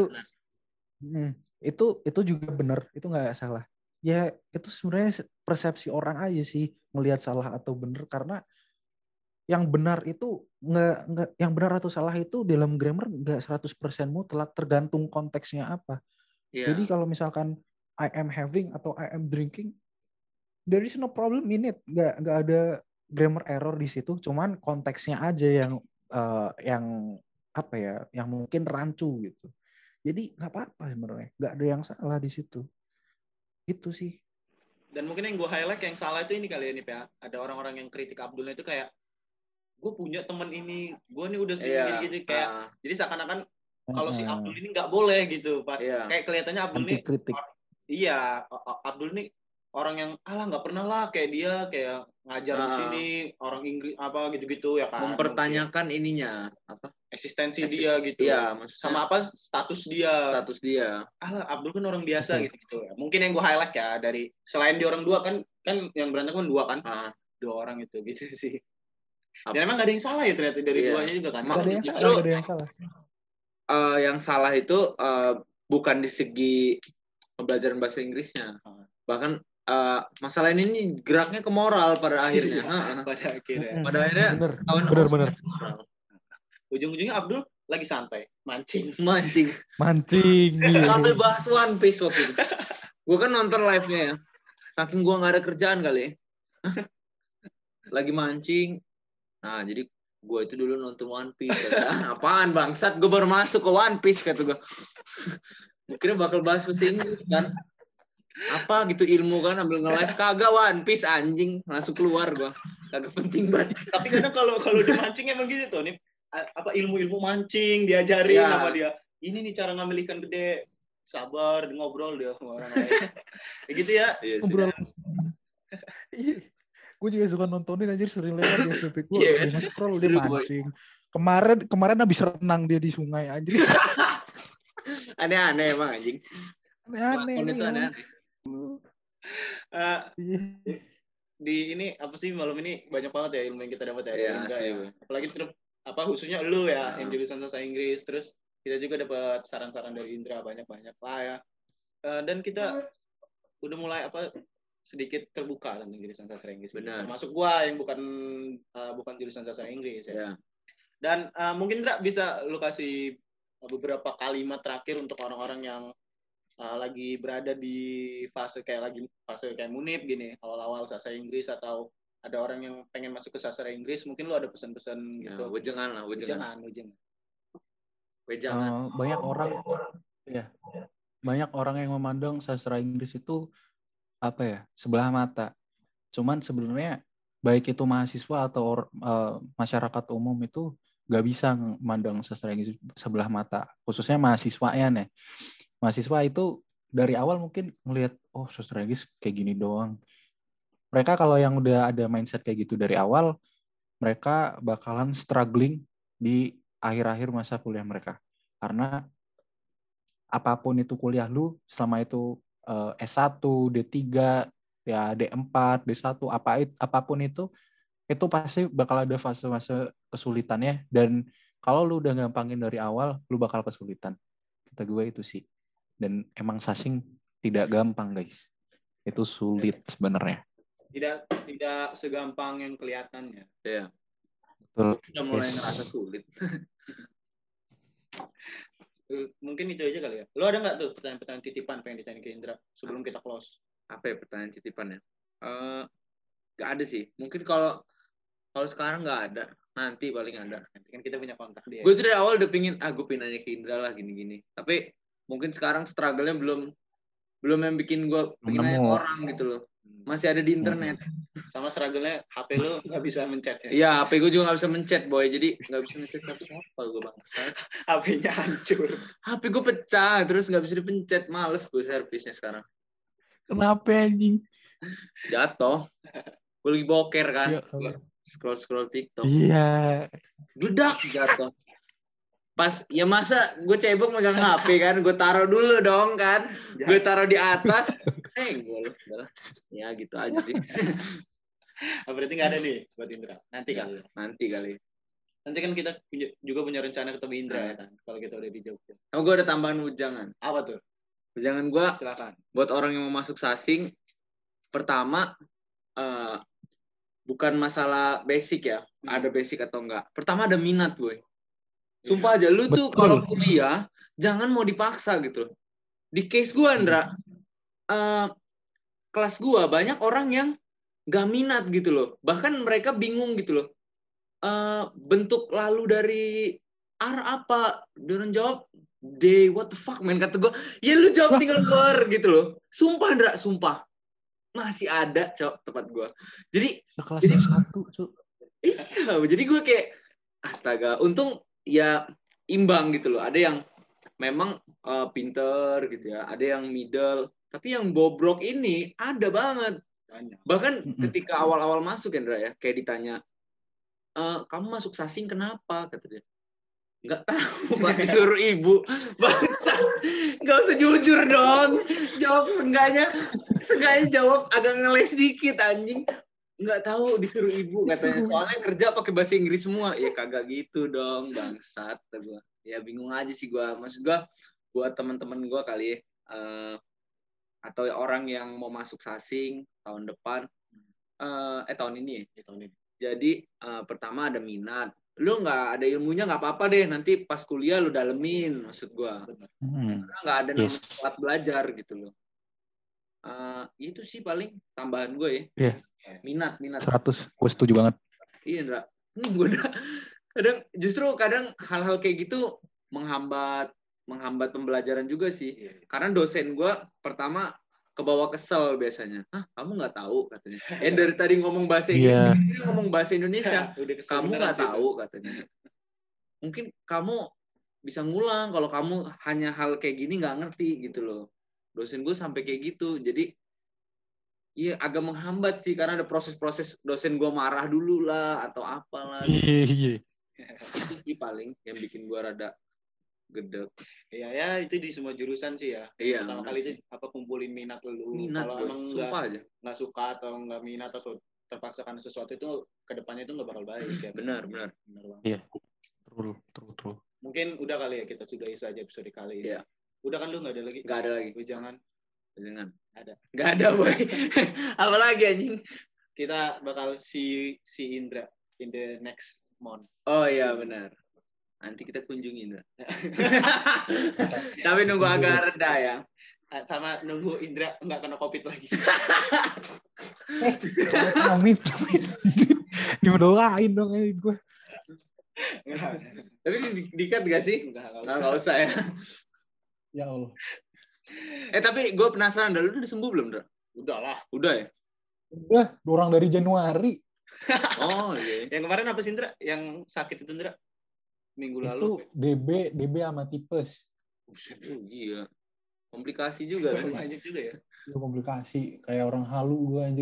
Itu juga benar, itu nggak salah. Ya itu sebenarnya persepsi orang aja sih ngelihat salah atau benar, karena yang benar itu nggak yang benar atau salah itu dalam grammar nggak 100% mutlak, tergantung konteksnya apa. Jadi kalau misalkan I am having atau I am drinking, there is no problem in it, nggak ada grammar error di situ, cuman konteksnya aja yang apa ya, yang mungkin rancu gitu. Jadi nggak apa-apa sebenarnya, nggak ada yang salah di situ. Gitu sih. Dan mungkin yang gue highlight yang salah itu ini kali ya nih ya. Ada orang-orang yang kritik Abdulnya itu kayak, gue punya temen ini, gue nih udah sering gitu kayak. Jadi seakan-akan kalau si Abdul ini nggak boleh gitu, Pak. Kayak kelihatannya Abdul nih. Iya, Abdul nih orang yang nggak pernah lah kayak dia, kayak ngajar di sini orang Inggris apa gitu-gitu ya kan. Mempertanyakan ininya apa? Eksistensi dia gitu. Iya, sama apa status dia. Abdul kan orang biasa gitu. Mungkin yang gue highlight ya dari selain di orang dua kan yang berantem kan dua kan. Dua orang itu gitu sih. Dan emang gak ada yang salah ya ternyata dari duanya juga kan. Gak ada yang salah. Yang salah itu bukan di segi pembelajaran bahasa Inggrisnya. Bahkan masalah ini geraknya ke moral pada akhirnya. Pada akhirnya benar. Ujung-ujungnya Abdul lagi santai, mancing. Sampai bahas One Piece waktu itu. Gue kan nonton live-nya ya. Saking gue nggak ada kerjaan kali. Lagi mancing. Nah, jadi gue itu dulu nonton One Piece. Apaan bangsat? Gue baru masuk ke One Piece kata gue. Kira bakal bahas bahasa Inggris kan. Apa gitu ilmu kan ambil nge-live, kagak One Piece anjing, langsung keluar gue. Kagak penting baca. Tapi kadang kalau di mancing emang gitu tuh nih. Apa ilmu mancing diajarin sama dia. Ini nih cara ngambil ikan gede. Sabar, ngobrol dia sama orang lain. Kayak gitu ya. Ngobrol. Gue juga suka nontonin anjir, sering lewat di FYP gue. Dia nge-scroll, dia mancing. Kemarin habis renang dia di sungai anjir. Aneh-aneh emang anjing. Aneh. Di ini apa sih malam ini banyak banget ya ilmu yang kita dapat ya. Apalagi khususnya lu ya yang jurusan bahasa Inggris, terus kita juga dapat saran-saran dari Indra banyak-banyak lah ya. Dan kita udah mulai sedikit terbuka tentang jurusan sastra Inggris. Benar. Termasuk gua yang bukan jurusan sastra Inggris ya. Dan mungkin Indra bisa lu kasih beberapa kalimat terakhir untuk orang-orang yang lagi berada di fase kayak Munib gini, awal-awal sastra Inggris, atau ada orang yang pengen masuk ke sastra Inggris, mungkin lu ada pesan-pesan gitu. Wejangan. Banyak orang yang memandang sastra Inggris itu sebelah mata. Cuman sebenarnya baik itu mahasiswa atau masyarakat umum itu nggak bisa memandang sastra Inggris sebelah mata, khususnya mahasiswanya nih. Mahasiswa itu dari awal mungkin ngelihat sastra Inggris kayak gini doang. Mereka kalau yang udah ada mindset kayak gitu dari awal, mereka bakalan struggling di akhir-akhir masa kuliah mereka. Karena apapun itu kuliah lu, selama itu S1, D3, ya D4, D1, apapun itu pasti bakal ada fase-fase kesulitannya. Dan Kalau lu udah gampangin dari awal, lu bakal kesulitan. Kata gue itu sih. Dan emang sashing tidak gampang, guys. Itu sulit sebenarnya. Tidak segampang yang kelihatannya. Iya. Betul. Udah mulai Yes. ngerasa sulit. Mungkin itu aja kali ya. Lo ada nggak tuh pertanyaan-pertanyaan titipan pengen ditanya ke Indra sebelum kita close? Apa ya pertanyaan titipannya? Nggak ada sih. Mungkin kalau sekarang nggak ada. Nanti paling ada. Nanti kan kita punya kontak dia. Gue tuh dari awal udah pingin, gue pengen nanya ke Indra lah gini-gini. Tapi mungkin sekarang struggle-nya belum yang bikin gue pengen nanya ke orang gitu loh. Masih ada di internet. Sama struggle-nya HP lo nggak bisa mencet ya? Iya, HP gue juga nggak bisa mencet, boy. Jadi nggak bisa mencet siapa gue bangsat. HP-nya hancur. HP gue pecah, terus nggak bisa dipencet. Males gue servisnya sekarang. Kenapa anjing? Jatuh. Gue lagi boker kan. Ya Allah. Scroll TikTok. Iya. Gledak jatuh. Pas ya masa gue cebok megang HP kan, gue taruh dulu dong kan. Gue taruh di atas. Gue ya gitu aja sih. Berarti nggak ada nih buat Indra. Nanti kali. Nanti kan kita juga punya rencana ketemu Indra ya kan. Kalau kita udah di Jogja. Oh, gue ada tambahan wejangan. Apa tuh? Wejangan gue Silakan. buat orang yang mau masuk sashing, pertama bukan masalah basic ya, ada basic atau enggak. Pertama ada minat, boy. Sumpah aja, lu tuh kalau kuliah jangan mau dipaksa gitu. Di case gue, Andra, kelas gue banyak orang yang gak minat gitu loh. Bahkan mereka bingung gitu loh. Bentuk lalu dari arah apa? Dia orang jawab D, what the fuck, man, kata gue. Ya lu jawab tinggal keluar gitu loh. Sumpah, Andra, sumpah. Masih ada, cok, tempat gue. Jadi Sekelas 1, Cuk. iya, jadi gue kayak astaga, untung ya imbang gitu loh. Ada yang memang pinter gitu ya, ada yang middle, tapi yang bobrok ini ada banget. Bahkan ketika awal-awal masuk, Hendra ya, kayak ditanya, kamu masuk sashing kenapa? Kata dia. Nggak tahu, Pak, disuruh ibu. Nggak usah jujur dong. Jawab seenggaknya jawab agak ngeles dikit, anjing. Nggak tahu, disuruh ibu katanya. Soalnya kerja pakai bahasa Inggris semua. Ya kagak gitu dong, bangsat. Ya bingung aja sih gue. Maksud gue, buat teman-teman gue kali ya, atau orang yang mau masuk sashing tahun depan, tahun ini ya. Jadi pertama ada minat. Lu nggak ada ilmunya nggak apa-apa deh, nanti pas kuliah lu dalemin, maksud gua. Karena nggak ada namanya telat belajar gitu loh. Itu sih paling tambahan gue ya. Iya. Minat 100, gue setuju banget. Iya, Ndra. Ini gue kadang hal-hal kayak gitu menghambat pembelajaran juga sih. Karena dosen gue pertama kebawa kesel biasanya. Kamu nggak tahu katanya. Dari tadi ngomong bahasa Inggris, ini ngomong bahasa Indonesia. Kamu nggak tahu katanya. Mungkin kamu bisa ngulang kalau kamu hanya hal kayak gini nggak ngerti gitu loh. Dosen gue sampai kayak gitu. Jadi iya agak menghambat sih karena ada proses-proses dosen gue marah dulu lah atau apalah. Iya. Itu sih paling yang bikin gue rada gedek. Iya ya, itu di semua jurusan sih ya. Iya. Pertama kali itu kumpulin minat lu. Minat, kalau emang nggak suka atau nggak minat atau terpaksa karena sesuatu itu kedepannya itu nggak bakal baik. Ya. Benar. Iya. True. Mungkin udah kali ya kita sudahi saja episode kali ini. Iya. Udah kan lu nggak ada lagi? Nggak ada lagi. Jangan. Ada. Nggak ada, boy. Apalagi anjing. Kita bakal si Indra in the next month. Oh iya benar. Nanti kita kunjungin. Tapi nunggu agak reda ya. Sama nunggu Indra nggak kena COVID lagi. Amit. Dimendoain dong gue. Tapi dikat gak sih? Nggak usah ya. Ya Allah. Tapi gue penasaran, lu udah sembuh belum, Dra? Udah ya? Udah, orang dari Januari. Oh iya. Yang kemarin apa sih, Indra? Yang sakit itu, Indra? Minggu lalu. Itu DB sama tipes. Buset, gila. Komplikasi juga. Banyak juga ya. Itu komplikasi. Kayak orang halu gue anjir.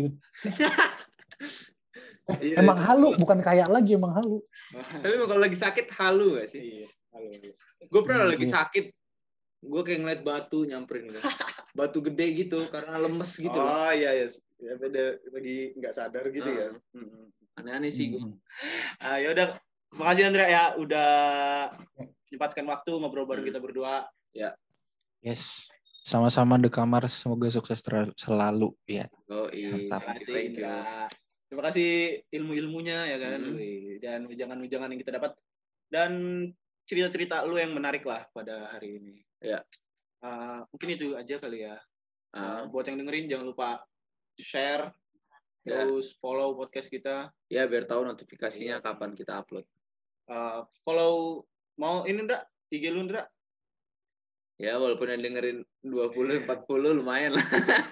Iya, Emang halu, bukan kayak lagi, emang halu. Tapi kalau lagi sakit halu gak sih? Iya, halu. Gue pernah lagi sakit, gue kayak ngeliat batu nyamperin gue. Batu gede gitu, karena lemes gitu loh. Oh iya. Ya, beda lagi nggak sadar gitu ya. Aneh-aneh sih gue. Ya udah, Makasih Andrea ya udah menyempatkan waktu ngobrol bareng kita berdua. Yes. Sama-sama The Kamar, semoga sukses selalu ya. Mantap. Thank you. Terima kasih ilmu-ilmunya ya kan. Dan ujangan-ujangan yang kita dapat dan cerita-cerita lu yang menarik lah pada hari ini. Ya. Mungkin itu aja kali ya. Buat yang dengerin jangan lupa share, terus follow podcast kita. Ya biar tahu notifikasinya kapan kita upload. Follow mau ini Ndra, IG lu Ndra. Ya walaupun yang dengerin 20-40 lumayan lah.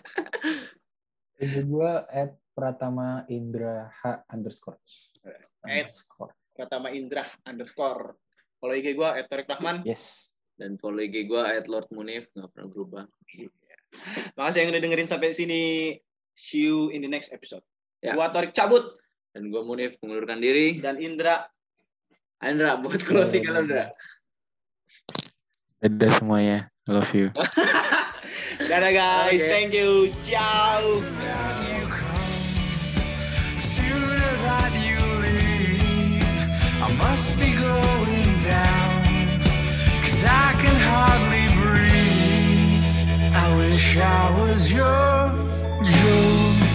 IG gue @pratama_indra_h_. Pratama Indra _. Follow IG gue @torikrahman. Yes. Dan follow IG gue @lordmunif, nggak pernah berubah. Makasih yang udah dengerin sampai sini. See you in the next episode. Ya. Gua Torik cabut. Dan gue Munif mengundurkan diri. Dan Indra buat closing kalau Indra. Dadah semuanya. Love you. Dadah guys. Okay. Thank you. Ciao. Sooner that you leave, I must be going down, 'cause I can hardly breathe. I wish I was your joke.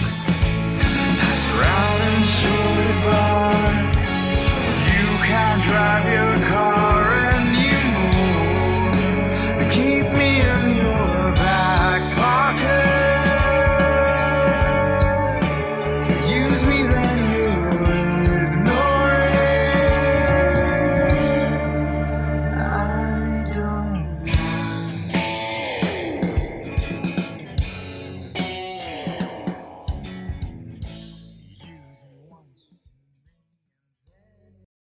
Pass around in sordid bars, you can't drive your